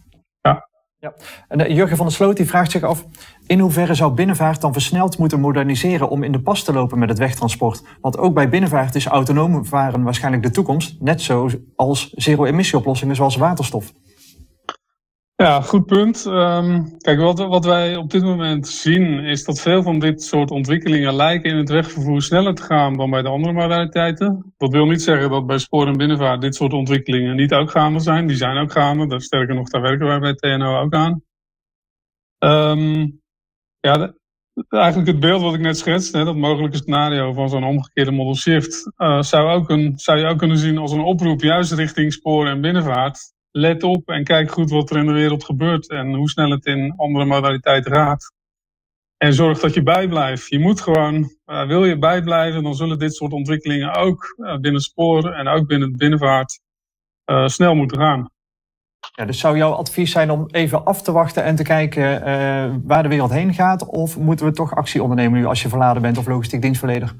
Ja. En Jurgen van der Sloot die vraagt zich af, in hoeverre zou binnenvaart dan versneld moeten moderniseren om in de pas te lopen met het wegtransport? Want ook bij binnenvaart is autonoom varen waarschijnlijk de toekomst, net zoals zero-emissie-oplossingen zoals waterstof. Ja, goed punt. Kijk, wat wij op dit moment zien is dat veel van dit soort ontwikkelingen lijken in het wegvervoer sneller te gaan dan bij de andere modaliteiten. Dat wil niet zeggen dat bij spoor en binnenvaart dit soort ontwikkelingen niet ook gaande zijn. Die zijn ook gaande. Sterker nog, daar werken wij bij TNO ook aan. Eigenlijk het beeld wat ik net schetste, dat mogelijke scenario van zo'n omgekeerde modal shift, zou je ook kunnen zien als een oproep juist richting spoor en binnenvaart. Let op en kijk goed wat er in de wereld gebeurt en hoe snel het in andere modaliteiten gaat. En zorg dat je bijblijft. Je moet gewoon, wil je bijblijven, dan zullen dit soort ontwikkelingen ook binnen spoor en ook binnen binnenvaart snel moeten gaan. Ja, dus zou jouw advies zijn om even af te wachten en te kijken waar de wereld heen gaat? Of moeten we toch actie ondernemen nu als je verladen bent of logistiek dienstverlener?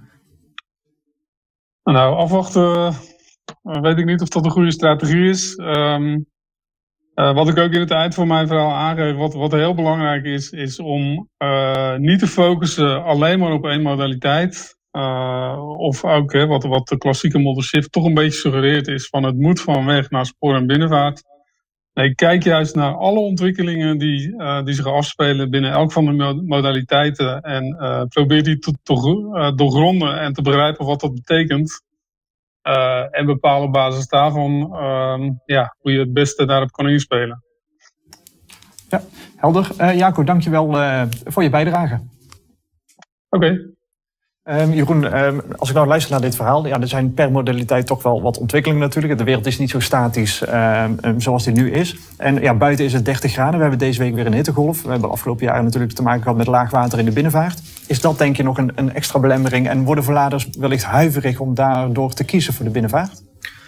Nou, afwachten weet ik niet of dat een goede strategie is. Wat ik ook in het eind van mijn verhaal aangeef, wat heel belangrijk is om niet te focussen alleen maar op één modaliteit. Of ook wat de klassieke modal shift toch een beetje suggereert is van het moet van weg naar spoor en binnenvaart. Nee, kijk juist naar alle ontwikkelingen die zich afspelen binnen elk van de modaliteiten en probeer die te doorgronden en te begrijpen wat dat betekent. En bepaal op basis daarvan hoe je het beste daarop kan inspelen. Ja, helder. Jaco, dankjewel voor je bijdrage. Oké. Jeroen, als ik nou luister naar dit verhaal, er zijn per modaliteit toch wel wat ontwikkelingen natuurlijk. De wereld is niet zo statisch zoals die nu is. En buiten is het 30 graden. We hebben deze week weer een hittegolf. We hebben de afgelopen jaren natuurlijk te maken gehad met laag water in de binnenvaart. Is dat denk je nog een extra belemmering? En worden verladers wellicht huiverig om daardoor te kiezen voor de binnenvaart?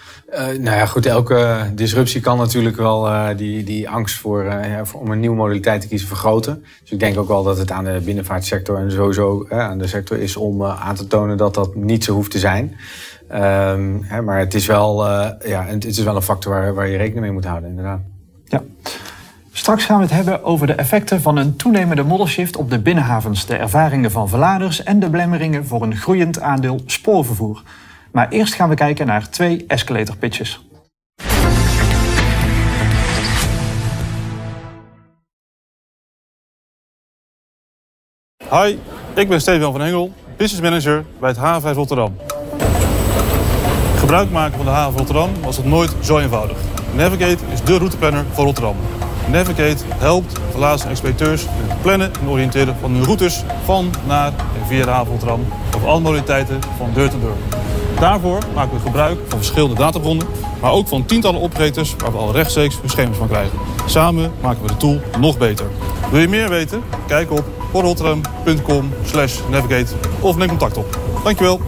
Elke disruptie kan natuurlijk wel die angst om een nieuwe modaliteit te kiezen vergroten. Dus ik denk ook wel dat het aan de binnenvaartsector en sowieso aan de sector is om aan te tonen dat dat niet zo hoeft te zijn. Maar het is wel een factor waar je rekening mee moet houden, inderdaad. Ja. Straks gaan we het hebben over de effecten van een toenemende modal shift op de binnenhavens, de ervaringen van verladers en de belemmeringen voor een groeiend aandeel spoorvervoer. Maar eerst gaan we kijken naar 2 escalator pitches. Hi, ik ben Stefan van Engel, Business Manager bij het Havenbedrijf Rotterdam. Gebruik maken van de haven Rotterdam was het nooit zo eenvoudig. Navigate is de routeplanner voor Rotterdam. Navigate helpt verladers en expediteurs met het plannen en oriënteren van hun routes van, naar en via de haven Rotterdam op alle modaliteiten van deur tot deur. Daarvoor maken we gebruik van verschillende databronnen, maar ook van tientallen operators waar we al rechtstreeks gegevens van krijgen. Samen maken we de tool nog beter. Wil je meer weten? Kijk op portrotterdam.com/navigate of neem contact op. Dankjewel.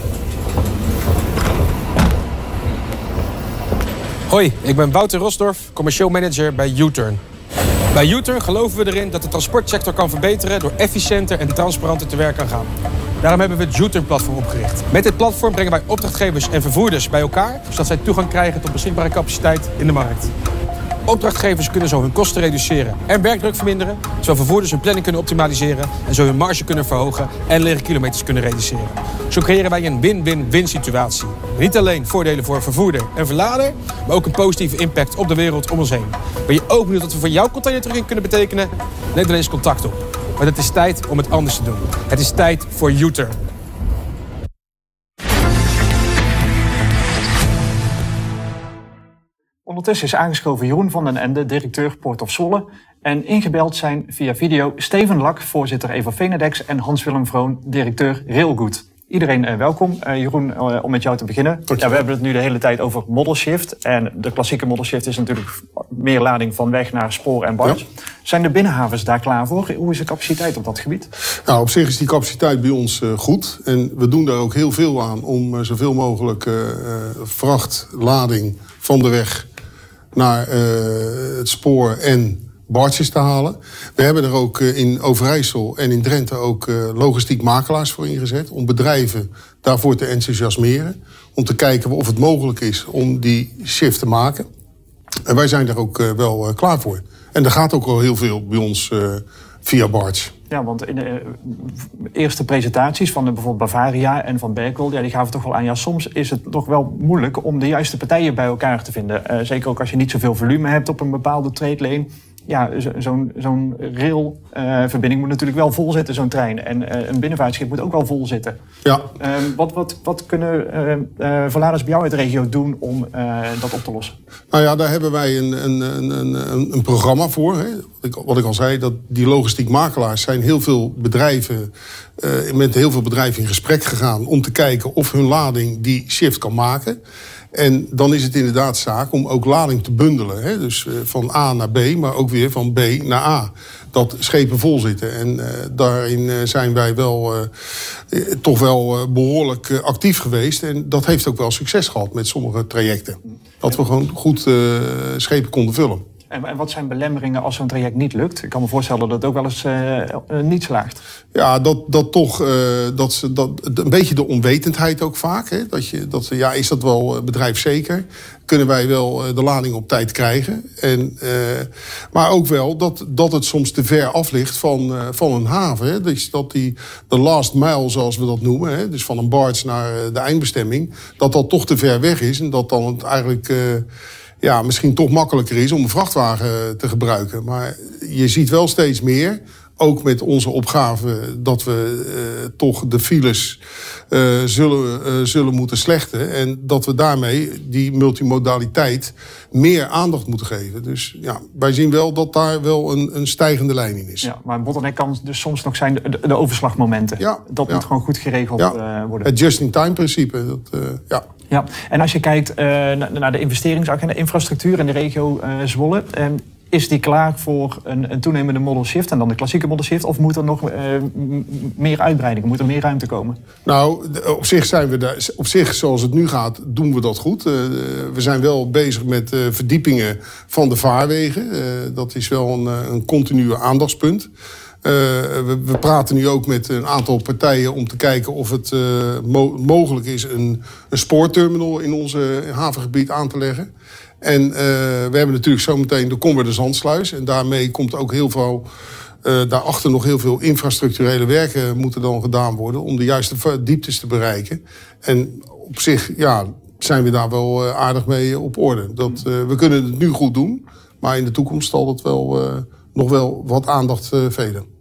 Hoi, ik ben Wouter Rosdorf, commercieel manager bij U-Turn. Bij U-Turn geloven we erin dat de transportsector kan verbeteren door efficiënter en transparanter te werk kan gaan. Daarom hebben we het U-Turn-platform opgericht. Met dit platform brengen wij opdrachtgevers en vervoerders bij elkaar, zodat zij toegang krijgen tot beschikbare capaciteit in de markt. Opdrachtgevers kunnen zo hun kosten reduceren en werkdruk verminderen, terwijl vervoerders hun planning kunnen optimaliseren en zo hun marge kunnen verhogen en lege kilometers kunnen reduceren. Zo creëren wij een win-win-win situatie. Niet alleen voordelen voor vervoerder en verlader, maar ook een positieve impact op de wereld om ons heen. Ben je ook benieuwd wat we voor jouw container terug in kunnen betekenen? Neem dan eens contact op. Maar het is tijd om het anders te doen. Het is tijd voor U-Turn. Ondertussen is aangeschoven Jeroen van den Ende, directeur Port of Zwolle. En ingebeld zijn via video Steven Lak, voorzitter Eva Venedex en Hans-Willem Vroon, directeur Railgood. Iedereen welkom. Jeroen, om met jou te beginnen. Ja, we hebben het nu de hele tijd over model shift. En de klassieke model shift is natuurlijk meer lading van weg naar spoor en barge. Ja. Zijn de binnenhavens daar klaar voor? Hoe is de capaciteit op dat gebied? Nou, op zich is die capaciteit bij ons goed. En we doen daar ook heel veel aan om zoveel mogelijk vrachtlading van de weg naar het spoor en barges te halen. We hebben er ook in Overijssel en in Drenthe ook logistiek makelaars voor ingezet, om bedrijven daarvoor te enthousiasmeren. Om te kijken of het mogelijk is om die shift te maken. En wij zijn daar ook wel klaar voor. En er gaat ook al heel veel bij ons via barge. Ja, want in de eerste presentaties van bijvoorbeeld Bavaria en van Berkel, ja, die gaven toch wel aan, ja, soms is het toch wel moeilijk om de juiste partijen bij elkaar te vinden. Zeker ook als je niet zoveel volume hebt op een bepaalde trade lane. Ja, zo'n railverbinding moet natuurlijk wel vol zitten, zo'n trein. En een binnenvaartschip moet ook wel vol zitten. Ja. Wat kunnen verladers bij jou uit de regio doen om dat op te lossen? Nou ja, daar hebben wij een programma voor. Hè. Wat ik al zei, dat die logistiek makelaars zijn heel veel bedrijven, met heel veel bedrijven in gesprek gegaan om te kijken of hun lading die shift kan maken. En dan is het inderdaad zaak om ook lading te bundelen. Hè? Dus van A naar B, maar ook weer van B naar A. Dat schepen vol zitten. En daarin zijn wij wel toch wel behoorlijk actief geweest. En dat heeft ook wel succes gehad met sommige trajecten. Dat we gewoon goed schepen konden vullen. En wat zijn belemmeringen als zo'n traject niet lukt? Ik kan me voorstellen dat het ook wel eens niet slaagt. Ja, dat een beetje de onwetendheid ook vaak. Hè? Is dat wel bedrijfszeker? Kunnen wij wel de lading op tijd krijgen? Maar ook wel dat het soms te ver af ligt van een haven. Hè? Dus dat de last mile, zoals we dat noemen, hè? Dus van een barge naar de eindbestemming, dat toch te ver weg is. En dat dan het eigenlijk misschien toch makkelijker is om een vrachtwagen te gebruiken. Maar je ziet wel steeds meer, ook met onze opgave, dat we toch de files zullen moeten slechten. En dat we daarmee die multimodaliteit meer aandacht moeten geven. Dus ja, wij zien wel dat daar wel een stijgende lijn in is. Ja, maar een bottleneck kan dus soms nog zijn de overslagmomenten. Ja, dat moet gewoon goed geregeld worden. Het just-in-time principe. Ja, en als je kijkt naar de investeringsagenda, infrastructuur in de regio Zwolle, is die klaar voor een toenemende model shift en dan de klassieke model shift? Of moet er nog meer uitbreiding, moet er meer ruimte komen? Nou, op zich zijn we daar, zoals het nu gaat, doen we dat goed. We zijn wel bezig met verdiepingen van de vaarwegen. Dat is wel een continue aandachtspunt. We praten nu ook met een aantal partijen om te kijken of het mogelijk is een spoorterminal in onze havengebied aan te leggen. En we hebben natuurlijk zometeen de Conwer de Zandsluis. En daarmee komt ook heel veel, daarachter nog heel veel infrastructurele werken moeten dan gedaan worden om de juiste dieptes te bereiken. En op zich zijn we daar wel aardig mee op orde. We kunnen het nu goed doen, maar in de toekomst zal dat wel nog wel wat aandacht velen.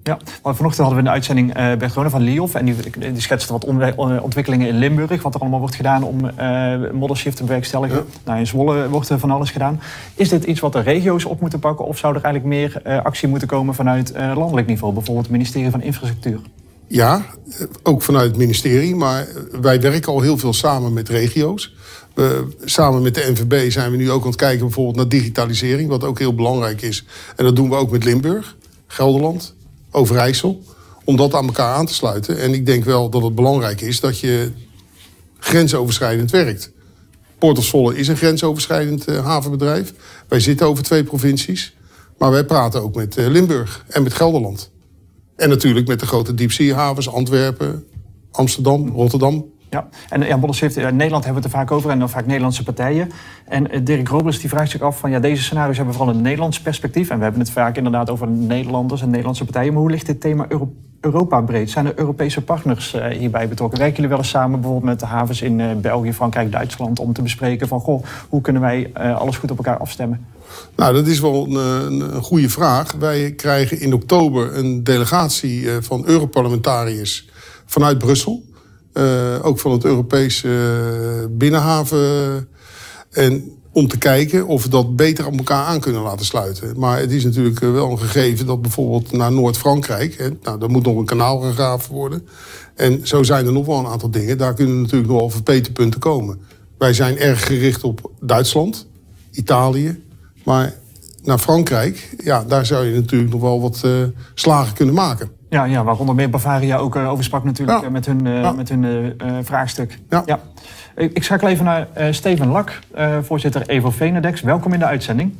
Ja, maar vanochtend hadden we in de uitzending Bert Roonen van Liof. En die schetste wat ontwikkelingen in Limburg. Wat er allemaal wordt gedaan om moddershift te bewerkstelligen. Ja. Nou, in Zwolle wordt er van alles gedaan. Is dit iets wat de regio's op moeten pakken? Of zou er eigenlijk meer actie moeten komen vanuit landelijk niveau? Bijvoorbeeld het ministerie van Infrastructuur? Ja, ook vanuit het ministerie. Maar wij werken al heel veel samen met regio's. Samen met de NVB zijn we nu ook aan het kijken bijvoorbeeld naar digitalisering. Wat ook heel belangrijk is. En dat doen we ook met Limburg, Gelderland, Overijssel. Om dat aan elkaar aan te sluiten. En ik denk wel dat het belangrijk is dat je grensoverschrijdend werkt. Port of Zwolle is een grensoverschrijdend havenbedrijf. Wij zitten over 2 provincies. Maar wij praten ook met Limburg en met Gelderland. En natuurlijk met de grote diepzeehavens, Antwerpen, Amsterdam, Rotterdam. Ja, en moddershift, in Nederland hebben we het er vaak over en dan vaak Nederlandse partijen. En Dirk Robles die vraagt zich af van deze scenario's hebben vooral een Nederlands perspectief. En we hebben het vaak inderdaad over Nederlanders en Nederlandse partijen. Maar hoe ligt dit thema Europa breed? Zijn er Europese partners hierbij betrokken? Werken jullie wel eens samen bijvoorbeeld met de havens in België, Frankrijk, Duitsland om te bespreken van hoe kunnen wij alles goed op elkaar afstemmen? Nou, dat is wel een goede vraag. Wij krijgen in oktober een delegatie van Europarlementariërs vanuit Brussel. Ook van het Europese binnenhaven. En om te kijken of we dat beter op elkaar aan kunnen laten sluiten. Maar het is natuurlijk wel een gegeven dat bijvoorbeeld naar Noord-Frankrijk... daar moet nog een kanaal gegraven worden. En zo zijn er nog wel een aantal dingen. Daar kunnen natuurlijk nog wel verbeterpunten komen. Wij zijn erg gericht op Duitsland, Italië. Maar naar Frankrijk, daar zou je natuurlijk nog wel wat slagen kunnen maken. Ja, waaronder meer Bavaria ook over sprak natuurlijk met hun vraagstuk. Ja. Ik schakel even naar Steven Lak, voorzitter Evo Venedex. Welkom in de uitzending.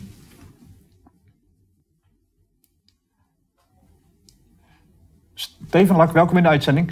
Steven Lak, welkom in de uitzending.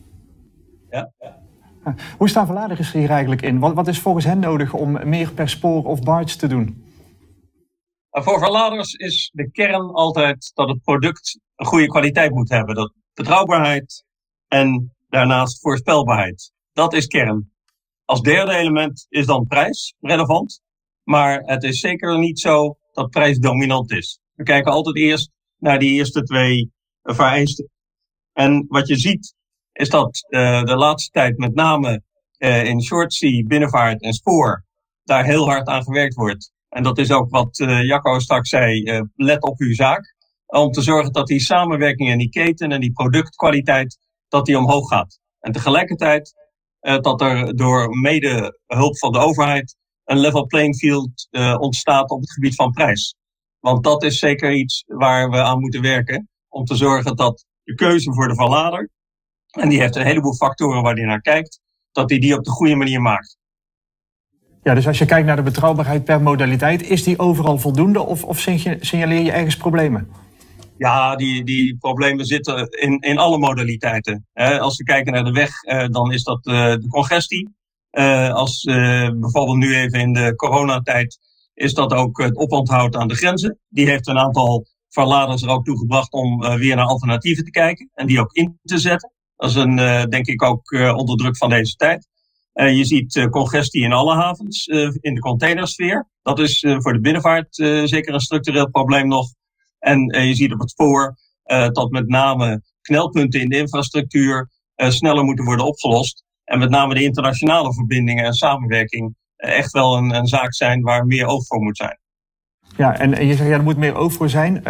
Ja. Hoe staan verladers hier eigenlijk in? Wat is volgens hen nodig om meer per spoor of barge te doen? Voor verladers is de kern altijd dat het product een goede kwaliteit moet hebben. Dat betrouwbaarheid en daarnaast voorspelbaarheid. Dat is kern. Als derde element is dan prijs relevant. Maar het is zeker niet zo dat prijs dominant is. We kijken altijd eerst naar die eerste 2 vereisten. En wat je ziet is dat de laatste tijd met name in short sea, binnenvaart en spoor daar heel hard aan gewerkt wordt. En dat is ook wat Jacco straks zei, let op uw zaak. Om te zorgen dat die samenwerking en die keten en die productkwaliteit, dat die omhoog gaat. En tegelijkertijd dat er door mede hulp van de overheid een level playing field ontstaat op het gebied van prijs. Want dat is zeker iets waar we aan moeten werken. Om te zorgen dat de keuze voor de verlader, en die heeft een heleboel factoren waar hij naar kijkt, dat hij die op de goede manier maakt. Ja, dus als je kijkt naar de betrouwbaarheid per modaliteit, is die overal voldoende of signaleer je ergens problemen? Ja, die problemen zitten in alle modaliteiten. Als we kijken naar de weg, dan is dat de congestie. Als bijvoorbeeld nu even in de coronatijd is dat ook het oponthoud aan de grenzen. Die heeft een aantal verladers er ook toe gebracht om weer naar alternatieven te kijken en die ook in te zetten. Dat is denk ik ook onder druk van deze tijd. Je ziet congestie in alle havens, in de containersfeer. Dat is voor de binnenvaart zeker een structureel probleem nog. En je ziet op het spoor dat met name knelpunten in de infrastructuur sneller moeten worden opgelost. En met name de internationale verbindingen en samenwerking echt wel een zaak zijn waar meer oog voor moet zijn. Ja, en je zegt er moet meer oog voor zijn.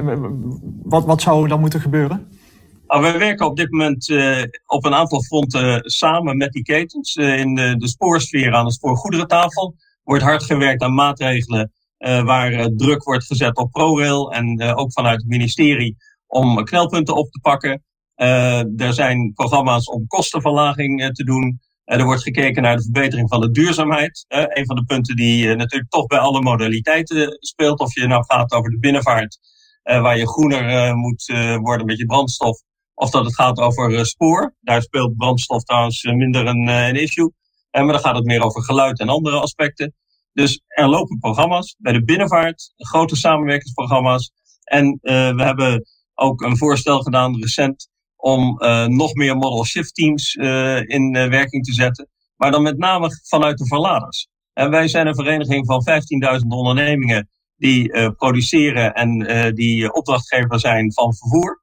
Wat zou er dan moeten gebeuren? We werken op dit moment op een aantal fronten samen met die ketens. In de spoorsfeer aan de spoorgoederentafel wordt hard gewerkt aan maatregelen waar druk wordt gezet op ProRail en ook vanuit het ministerie om knelpunten op te pakken. Er zijn programma's om kostenverlaging te doen. Er wordt gekeken naar de verbetering van de duurzaamheid. Een van de punten die natuurlijk toch bij alle modaliteiten speelt. Of je nou gaat over de binnenvaart, waar je groener moet worden met je brandstof. Of dat het gaat over spoor. Daar speelt brandstof trouwens minder een issue. Maar dan gaat het meer over geluid en andere aspecten. Dus er lopen programma's bij de binnenvaart, grote samenwerkingsprogramma's. En we hebben ook een voorstel gedaan recent om nog meer model shift teams in werking te zetten. Maar dan met name vanuit de verladers. En wij zijn een vereniging van 15.000 ondernemingen die produceren en die opdrachtgever zijn van vervoer.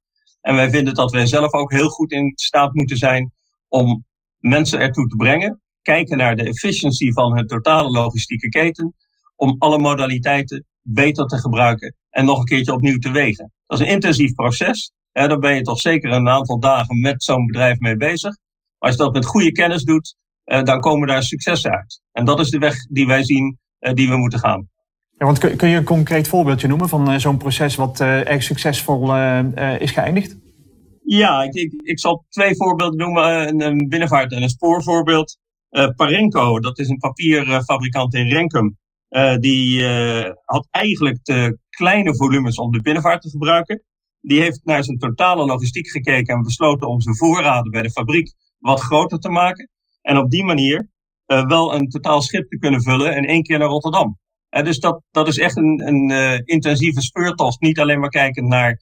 En wij vinden dat wij zelf ook heel goed in staat moeten zijn om mensen ertoe te brengen. Kijken naar de efficiëntie van het totale logistieke keten. Om alle modaliteiten beter te gebruiken en nog een keertje opnieuw te wegen. Dat is een intensief proces. Daar ben je toch zeker een aantal dagen met zo'n bedrijf mee bezig. Maar als je dat met goede kennis doet, dan komen daar successen uit. En dat is de weg die wij zien die we moeten gaan. Ja, want kun je een concreet voorbeeldje noemen van zo'n proces wat erg succesvol is geëindigd? Ja, ik zal 2 voorbeelden noemen. Een binnenvaart- en een spoorvoorbeeld. Parenco, dat is een papierfabrikant in Renkum. Die had eigenlijk te kleine volumes om de binnenvaart te gebruiken. Die heeft naar zijn totale logistiek gekeken en besloten om zijn voorraden bij de fabriek wat groter te maken. En op die manier wel een totaal schip te kunnen vullen in 1 keer naar Rotterdam. Dus dat is echt een intensieve speurtocht. Niet alleen maar kijken naar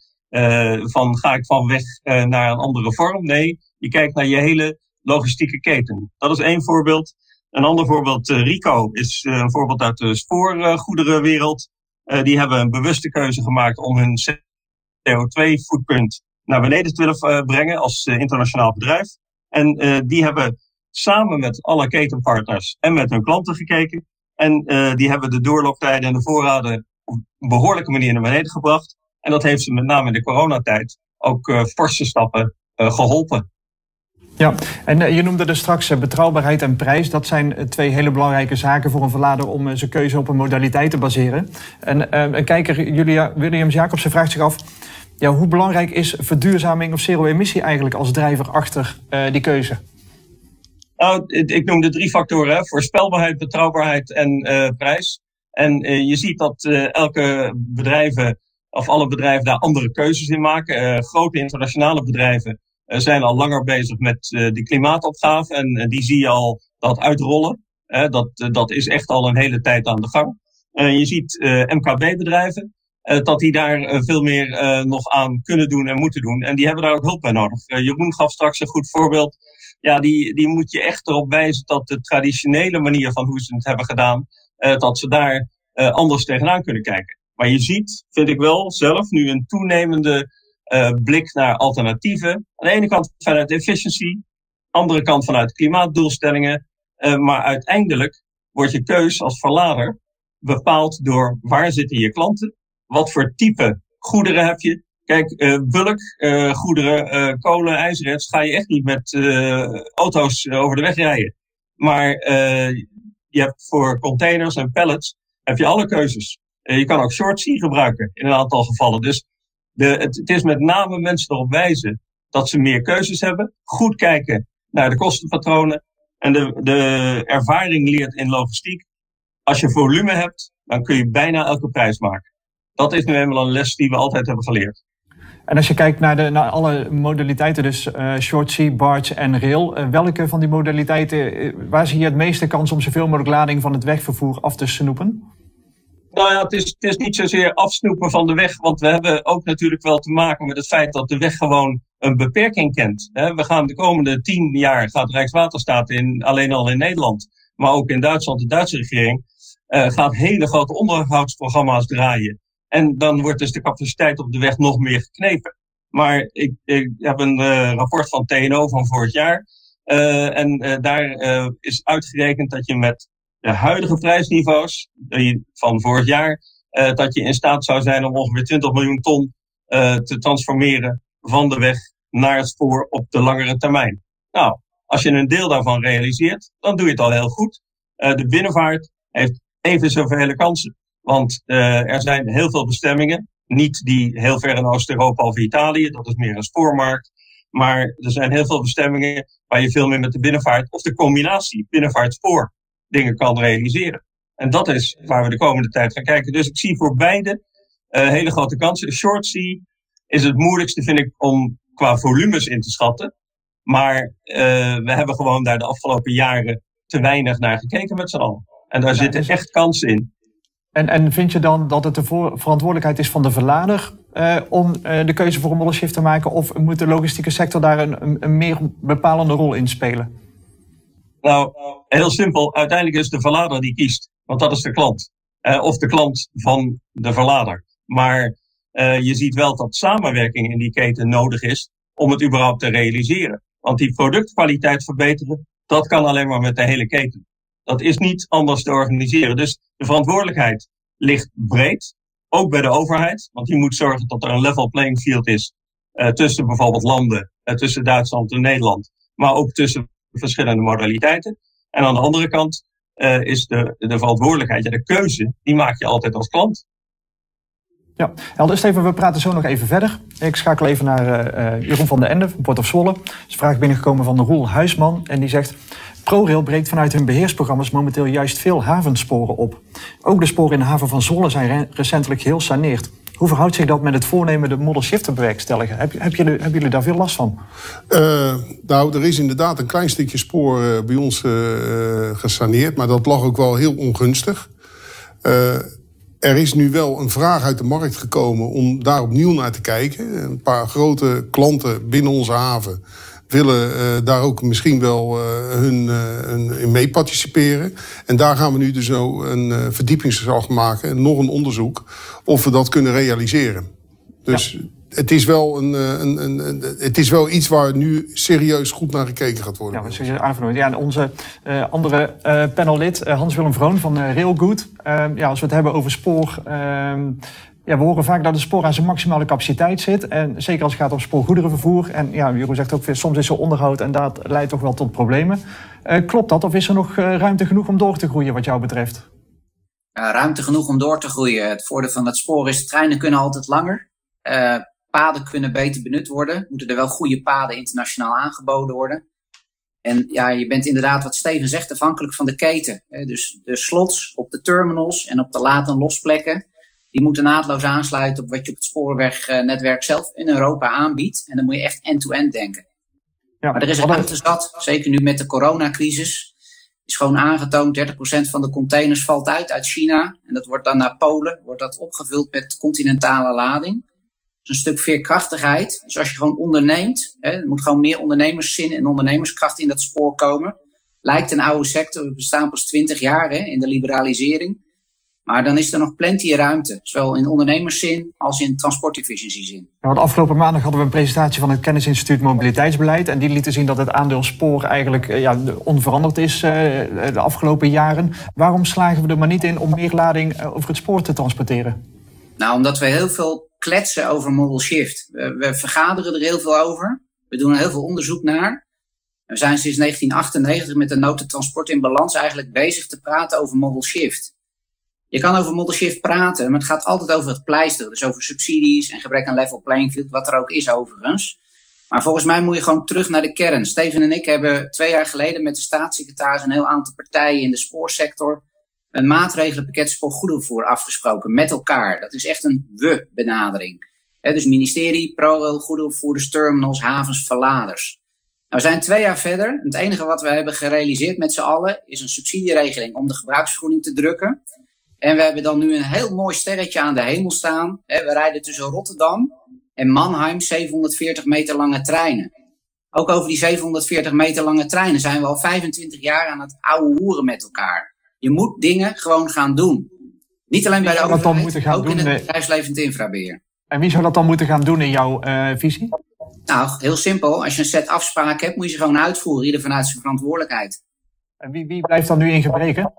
ga ik van weg naar een andere vorm. Nee, je kijkt naar je hele logistieke keten. Dat is 1 voorbeeld. Een ander voorbeeld, Rico, is een voorbeeld uit de spoorgoederenwereld. Die hebben een bewuste keuze gemaakt om hun CO2-footprint naar beneden te willen brengen als internationaal bedrijf. En die hebben samen met alle ketenpartners en met hun klanten gekeken. En die hebben de doorlooptijden en de voorraden op een behoorlijke manier naar beneden gebracht. En dat heeft ze met name in de coronatijd ook forse stappen geholpen. Ja, en je noemde er straks betrouwbaarheid en prijs. Dat zijn 2 hele belangrijke zaken voor een verlader om zijn keuze op een modaliteit te baseren. En een kijker, Williams Jacobsen, vraagt zich af, ja, hoe belangrijk is verduurzaming of zero-emissie eigenlijk als drijver achter die keuze? Nou, ik noemde 3 factoren, hè. Voorspelbaarheid, betrouwbaarheid en prijs. En je ziet dat elke bedrijven, of alle bedrijven daar andere keuzes in maken. Grote internationale bedrijven zijn al langer bezig met de klimaatopgave. En die zie je al dat uitrollen. Dat is echt al een hele tijd aan de gang. Je ziet MKB-bedrijven, dat die daar veel meer nog aan kunnen doen en moeten doen. En die hebben daar ook hulp bij nodig. Jeroen gaf straks een goed voorbeeld. Ja, die moet je echt erop wijzen dat de traditionele manier van hoe ze het hebben gedaan, dat ze daar anders tegenaan kunnen kijken. Maar je ziet, vind ik wel zelf, nu een toenemende blik naar alternatieven. Aan de ene kant vanuit efficiëntie, aan de andere kant vanuit klimaatdoelstellingen. Maar uiteindelijk wordt je keus als verlader bepaald door waar zitten je klanten, wat voor type goederen heb je. Kijk, bulkgoederen, kolen, ijzererts, ga je echt niet met auto's over de weg rijden. Maar je hebt voor containers en pallets heb je alle keuzes. Je kan ook short sea gebruiken in een aantal gevallen. Dus het is met name mensen erop wijzen dat ze meer keuzes hebben. Goed kijken naar de kostenpatronen. En de ervaring leert in logistiek. Als je volume hebt, dan kun je bijna elke prijs maken. Dat is nu eenmaal een les die we altijd hebben geleerd. En als je kijkt naar alle modaliteiten, dus short sea, barge en rail. Welke van die modaliteiten, waar zie je het meeste kans om zoveel mogelijk lading van het wegvervoer af te snoepen? Nou ja, het is niet zozeer afsnoepen van de weg. Want we hebben ook natuurlijk wel te maken met het feit dat de weg gewoon een beperking kent. We gaan de komende 10 jaar, gaat Rijkswaterstaat alleen al in Nederland, maar ook in Duitsland, de Duitse regering, gaat hele grote onderhoudsprogramma's draaien. En dan wordt dus de capaciteit op de weg nog meer geknepen. Maar ik heb een rapport van TNO van vorig jaar. Daar is uitgerekend dat je met de huidige prijsniveaus van vorig jaar, dat je in staat zou zijn om ongeveer 20 miljoen ton te transformeren van de weg naar het spoor op de langere termijn. Nou, als je een deel daarvan realiseert, dan doe je het al heel goed. De binnenvaart heeft even zoveel kansen. Want er zijn heel veel bestemmingen, niet die heel ver in Oost-Europa of Italië, dat is meer een spoormarkt. Maar er zijn heel veel bestemmingen waar je veel meer met de binnenvaart of de combinatie binnenvaart-spoor dingen kan realiseren. En dat is waar we de komende tijd gaan kijken. Dus ik zie voor beide hele grote kansen. Short sea is het moeilijkste, vind ik, om qua volumes in te schatten. Maar we hebben gewoon daar de afgelopen jaren te weinig naar gekeken met z'n allen. En daar zitten echt kansen in. En vind je dan dat het de verantwoordelijkheid is van de verlader om de keuze voor een model shift te maken? Of moet de logistieke sector daar een meer bepalende rol in spelen? Nou, heel simpel. Uiteindelijk is het de verlader die kiest. Want dat is de klant. Of de klant van de verlader. Maar Je ziet wel dat samenwerking in die keten nodig is om het überhaupt te realiseren. Want die productkwaliteit verbeteren, dat kan alleen maar met de hele keten. Dat is niet anders te organiseren. Dus de verantwoordelijkheid ligt breed, ook bij de overheid. Want die moet zorgen dat er een level playing field is tussen bijvoorbeeld landen, tussen Duitsland en Nederland, maar ook tussen verschillende modaliteiten. En aan de andere kant is de verantwoordelijkheid, de keuze, die maak je altijd als klant. Ja, helder. Steven, we praten zo nog even verder. Ik schakel even naar Jeroen van den Ende van Port of Zwolle. Er is een vraag binnengekomen van Roel Huisman en die zegt: ProRail breekt vanuit hun beheersprogramma's momenteel juist veel havensporen op. Ook de sporen in de haven van Zwolle zijn recentelijk geheel saneerd. Hoe verhoudt zich dat met het voornemen de model shift te bewerkstelligen? Hebben jullie daar veel last van? Nou, er is inderdaad een klein stukje spoor bij ons gesaneerd, maar dat lag ook wel heel ongunstig. Er is nu wel een vraag uit de markt gekomen om daar opnieuw naar te kijken. Een paar grote klanten binnen onze haven willen daar ook misschien wel in mee participeren. En daar gaan we nu dus zo een verdiepingsslag maken en nog een onderzoek of we dat kunnen realiseren. Dus het is wel het is wel iets waar nu serieus goed naar gekeken gaat worden. Ja, en onze andere panellid, Hans-Willem Vroon van Railgood. Als we het hebben over spoor. We horen vaak dat het spoor aan zijn maximale capaciteit zit. En zeker als het gaat om spoorgoederenvervoer. En Jeroen zegt ook, soms is er onderhoud en dat leidt toch wel tot problemen. Klopt dat? Of is er nog ruimte genoeg om door te groeien wat jou betreft? Ruimte genoeg om door te groeien. Het voordeel van het spoor is, treinen kunnen altijd langer. Paden kunnen beter benut worden. Moeten er wel goede paden internationaal aangeboden worden. En je bent inderdaad, wat Steven zegt, afhankelijk van de keten. Dus de slots op de terminals en op de laad- en losplekken, die moeten naadloos aansluiten op wat je op het spoorwegnetwerk zelf in Europa aanbiedt. En dan moet je echt end-to-end denken. Ja, maar er is ruimte zat, zeker nu met de coronacrisis. Is gewoon aangetoond, 30% van de containers valt uit China. En dat wordt dan naar Polen, wordt dat opgevuld met continentale lading. Dus een stuk veerkrachtigheid. Dus als je gewoon onderneemt, er moet gewoon meer ondernemerszin en ondernemerskracht in dat spoor komen. Lijkt een oude sector, we bestaan pas 20 jaar in de liberalisering. Maar dan is er nog plenty ruimte, zowel in ondernemerszin als in transportefficiëntiezin. Want afgelopen maandag hadden we een presentatie van het Kennisinstituut Mobiliteitsbeleid. En die lieten zien dat het aandeel spoor eigenlijk onveranderd is de afgelopen jaren. Waarom slagen we er maar niet in om meer lading over het spoor te transporteren? Nou, omdat we heel veel kletsen over model shift. We vergaderen er heel veel over. We doen er heel veel onderzoek naar. We zijn sinds 1998 met de nota transport in balans eigenlijk bezig te praten over model shift. Je kan over model shift praten, maar het gaat altijd over het pleister. Dus over subsidies en gebrek aan level playing field, wat er ook is overigens. Maar volgens mij moet je gewoon terug naar de kern. Steven en ik hebben 2 jaar geleden met de staatssecretaris en een heel aantal partijen in de spoorsector een maatregelenpakket spoorgoederenvervoer afgesproken met elkaar. Dat is echt een we-benadering. Dus ministerie, ProRail, goederenvervoerders, terminals, havens, verladers. Nou, we zijn 2 jaar verder. Het enige wat we hebben gerealiseerd met z'n allen is een subsidieregeling om de gebruiksvergoeding te drukken. En we hebben dan nu een heel mooi sterretje aan de hemel staan. We rijden tussen Rotterdam en Mannheim 740 meter lange treinen. Ook over die 740 meter lange treinen zijn we al 25 jaar aan het ouwe hoeren met elkaar. Je moet dingen gewoon gaan doen. Niet alleen bij de overheid, ook in het bedrijfsleven en het infrabeheer. En wie zou dat dan moeten gaan doen in jouw visie? Nou, heel simpel. Als je een set afspraken hebt, moet je ze gewoon uitvoeren. Ieder vanuit zijn verantwoordelijkheid. En wie blijft dan nu in gebreken?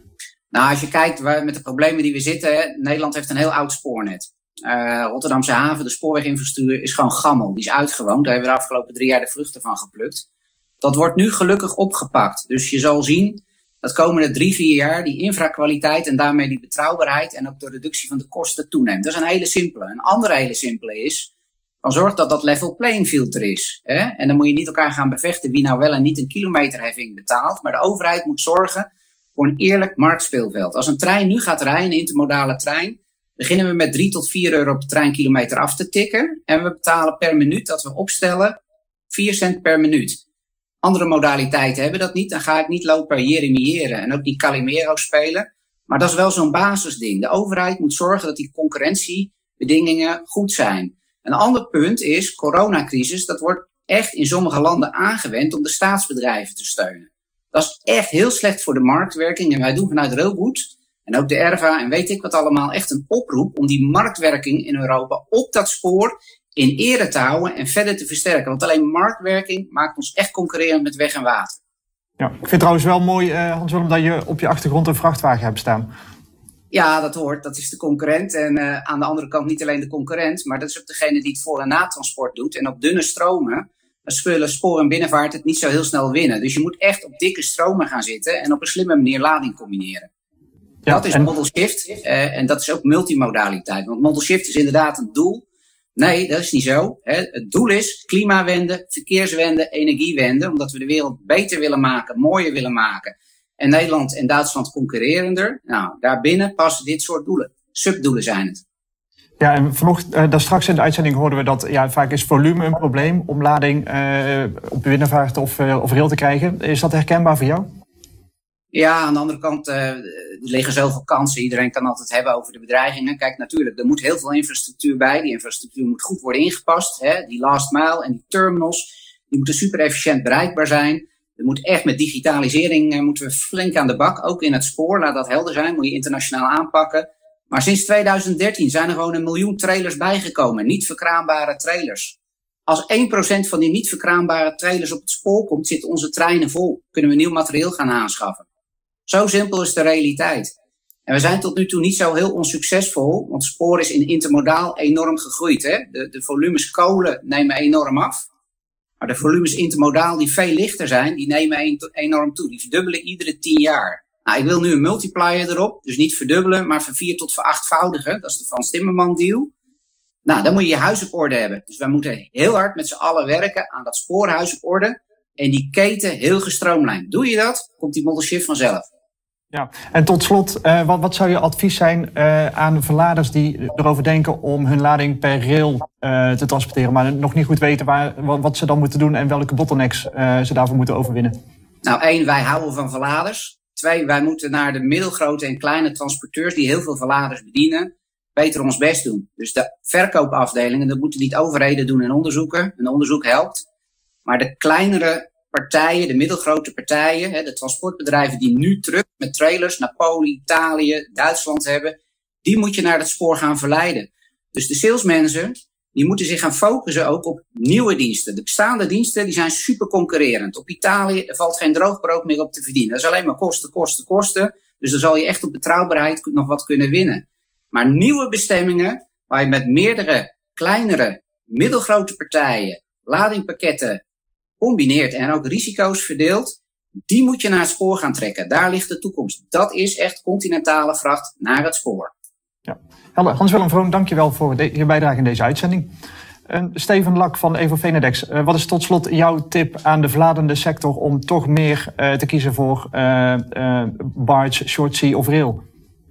Nou, als je kijkt met de problemen die we zitten, Nederland heeft een heel oud spoornet. Rotterdamse haven, de spoorweginfrastructuur is gewoon gammel. Die is uitgewoond. Daar hebben we de afgelopen 3 jaar de vruchten van geplukt. Dat wordt nu gelukkig opgepakt. Dus je zal zien dat komende 3-4 jaar die infrakwaliteit en daarmee die betrouwbaarheid en ook de reductie van de kosten toeneemt. Dat is een hele simpele. Een andere hele simpele is, dan zorg dat dat level playing field er is. En dan moet je niet elkaar gaan bevechten wie nou wel en niet een kilometerheffing betaalt. Maar de overheid moet zorgen voor een eerlijk marktspeelveld. Als een trein nu gaat rijden, een intermodale trein, beginnen we met 3 tot 4 euro per treinkilometer af te tikken. En we betalen per minuut dat we opstellen 4 cent per minuut. Andere modaliteiten hebben dat niet. Dan ga ik niet lopen jeremiëren en ook niet Calimero spelen. Maar dat is wel zo'n basisding. De overheid moet zorgen dat die concurrentiebedingingen goed zijn. Een ander punt is, coronacrisis, dat wordt echt in sommige landen aangewend om de staatsbedrijven te steunen. Dat is echt heel slecht voor de marktwerking. En wij doen vanuit Railgood en ook de ERVA en weet ik wat allemaal, echt een oproep om die marktwerking in Europa op dat spoor in ere te houden en verder te versterken. Want alleen marktwerking maakt ons echt concurrerend met weg en water. Ja, ik vind het trouwens wel mooi, Hans-Willem, dat je op je achtergrond een vrachtwagen hebt staan. Ja, dat hoort. Dat is de concurrent. En aan de andere kant niet alleen de concurrent, maar dat is ook degene die het voor- en natransport doet. En op dunne stromen zullen spoor en binnenvaart het niet zo heel snel winnen. Dus je moet echt op dikke stromen gaan zitten en op een slimme manier lading combineren. Ja, dat is modal shift en dat is ook multimodaliteit. Want modal shift is inderdaad een doel. Nee, dat is niet zo. Het doel is klimawende, verkeerswende, energiewende. Omdat we de wereld beter willen maken, mooier willen maken. En Nederland en Duitsland concurrerender. Nou, daarbinnen passen dit soort doelen. Subdoelen zijn het. Ja, en vanochtend, daar straks in de uitzending hoorden we dat vaak is volume een probleem om lading op binnenvaart of rail te krijgen. Is dat herkenbaar voor jou? Ja, aan de andere kant er liggen zoveel kansen. Iedereen kan altijd hebben over de bedreigingen. Kijk, natuurlijk, er moet heel veel infrastructuur bij. Die infrastructuur moet goed worden ingepast. Die last mile en die terminals, die moeten super efficiënt bereikbaar zijn. Er moet echt met digitalisering moeten we flink aan de bak. Ook in het spoor, laat dat helder zijn. Moet je internationaal aanpakken. Maar sinds 2013 zijn er gewoon 1 miljoen trailers bijgekomen. Niet verkraambare trailers. Als 1% van die niet verkraambare trailers op het spoor komt, zitten onze treinen vol. Kunnen we nieuw materieel gaan aanschaffen. Zo simpel is de realiteit. En we zijn tot nu toe niet zo heel onsuccesvol, want het spoor is in intermodaal enorm gegroeid. Hè? De volumes kolen nemen enorm af. Maar de volumes intermodaal die veel lichter zijn, die nemen enorm toe. Die verdubbelen iedere 10 jaar. Nou, ik wil nu een multiplier erop. Dus niet verdubbelen, maar ver 4 tot verachtvoudigen. Dat is de Frans Timmerman deal. Nou, dan moet je je huis op orde hebben. Dus wij moeten heel hard met z'n allen werken aan dat spoorhuis op orde. En die keten heel gestroomlijnd. Doe je dat, komt die modal shift vanzelf. Ja, en tot slot, wat zou je advies zijn aan verladers die erover denken om hun lading per rail te transporteren, maar nog niet goed weten wat ze dan moeten doen en welke bottlenecks ze daarvoor moeten overwinnen? Nou, 1, wij houden van verladers. 2, wij moeten naar de middelgrote en kleine transporteurs die heel veel verladers bedienen, beter ons best doen. Dus de verkoopafdelingen, dat moeten niet overheden doen en onderzoeken. Een onderzoek helpt. Maar de kleinere partijen, de middelgrote partijen, de transportbedrijven die nu terug met trailers naar Polen, Italië, Duitsland hebben, die moet je naar het spoor gaan verleiden. Dus de salesmensen, die moeten zich gaan focussen ook op nieuwe diensten. De bestaande diensten, die zijn super concurrerend. Op Italië, er valt geen droogbrood meer op te verdienen. Dat is alleen maar kosten, kosten, kosten. Dus dan zal je echt op betrouwbaarheid nog wat kunnen winnen. Maar nieuwe bestemmingen, waar je met meerdere kleinere, middelgrote partijen, ladingpakketten combineert en ook risico's verdeelt, die moet je naar het spoor gaan trekken. Daar ligt de toekomst. Dat is echt continentale vracht naar het spoor. Ja. Hans-Willem Vroon, dankjewel voor je bijdrage in deze uitzending. Steven Lak van Evo Venedex, wat is tot slot jouw tip aan de verladende sector om toch meer te kiezen voor barge, short sea of rail?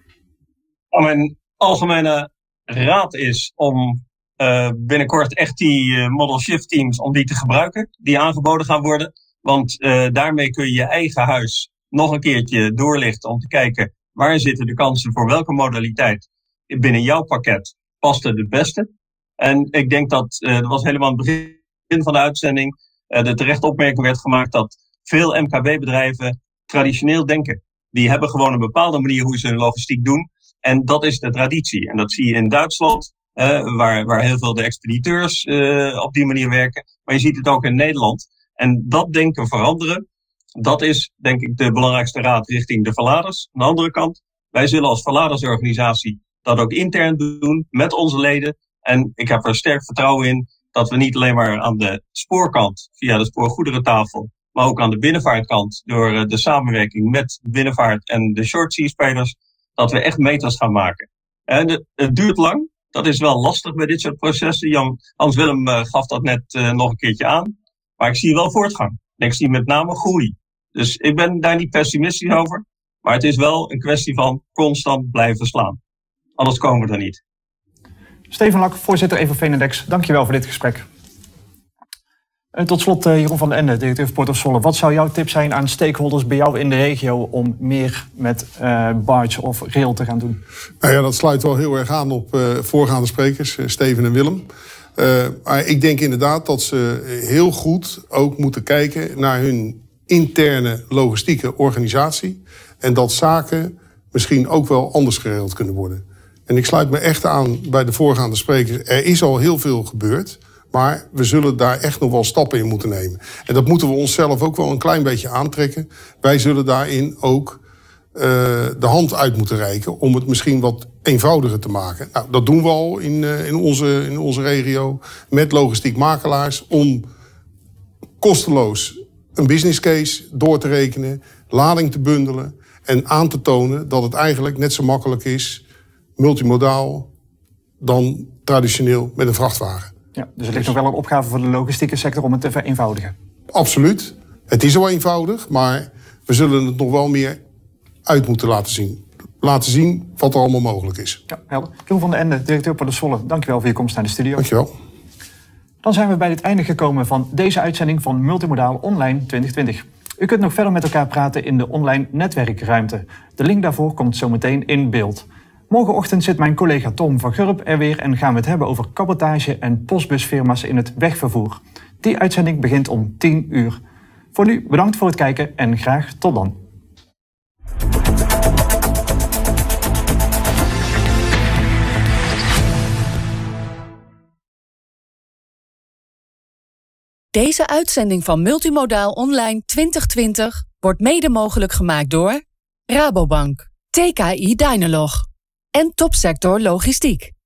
Mijn algemene raad is om binnenkort echt die modal shift teams, om die te gebruiken, die aangeboden gaan worden. Want daarmee kun je je eigen huis nog een keertje doorlichten om te kijken waar zitten de kansen voor welke modaliteit binnen jouw pakket past het beste. En ik denk dat, dat was helemaal het begin van de uitzending, de terechte opmerking werd gemaakt dat veel MKB-bedrijven traditioneel denken. Die hebben gewoon een bepaalde manier hoe ze hun logistiek doen. En dat is de traditie. En dat zie je in Duitsland, waar heel veel de expediteurs op die manier werken. Maar je ziet het ook in Nederland. En dat denken veranderen, dat is denk ik de belangrijkste raad richting de verladers. Aan de andere kant, wij zullen als verladersorganisatie dat ook intern doen met onze leden. En ik heb er sterk vertrouwen in dat we niet alleen maar aan de spoorkant via de spoorgoederentafel, maar ook aan de binnenvaartkant door de samenwerking met de binnenvaart en de short sea spelers, dat we echt meters gaan maken. En het duurt lang. Dat is wel lastig bij dit soort processen. Hans-Willem gaf dat net nog een keertje aan. Maar ik zie wel voortgang. En ik zie met name groei. Dus ik ben daar niet pessimistisch over. Maar het is wel een kwestie van constant blijven slaan. Anders komen we er niet. Steven Lak, voorzitter Evo Venedex, dankjewel voor dit gesprek. En tot slot Jeroen van den Ende, directeur van Port of Zwolle. Wat zou jouw tip zijn aan stakeholders bij jou in de regio om meer met barge of rail te gaan doen? Nou ja, dat sluit wel heel erg aan op voorgaande sprekers, Steven en Willem. Maar ik denk inderdaad dat ze heel goed ook moeten kijken naar hun interne logistieke organisatie. En dat zaken misschien ook wel anders geregeld kunnen worden. En ik sluit me echt aan bij de voorgaande sprekers. Er is al heel veel gebeurd, maar we zullen daar echt nog wel stappen in moeten nemen. En dat moeten we onszelf ook wel een klein beetje aantrekken. Wij zullen daarin ook de hand uit moeten reiken om het misschien wat eenvoudiger te maken. Nou, dat doen we al in onze regio met logistiek makelaars om kosteloos een business case door te rekenen, lading te bundelen en aan te tonen dat het eigenlijk net zo makkelijk is multimodaal dan traditioneel met een vrachtwagen. Ja, dus het ligt nog wel een opgave voor de logistieke sector om het te vereenvoudigen. Absoluut. Het is al eenvoudig, maar we zullen het nog wel meer uit moeten laten zien. Laten zien wat er allemaal mogelijk is. Ja, helder. Jeroen van den Ende, directeur Port de Zwolle, dankjewel voor je komst naar de studio. Dankjewel. Dan zijn we bij het einde gekomen van deze uitzending van Multimodaal Online 2020. U kunt nog verder met elkaar praten in de online netwerkruimte. De link daarvoor komt zometeen in beeld. Morgenochtend zit mijn collega Tom van Gurp er weer en gaan we het hebben over cabotage en postbusfirma's in het wegvervoer. Die uitzending begint om 10 uur. Voor nu bedankt voor het kijken en graag tot dan. Deze uitzending van Multimodaal Online 2020 wordt mede mogelijk gemaakt door Rabobank, TKI Dynalog en Topsector Logistiek.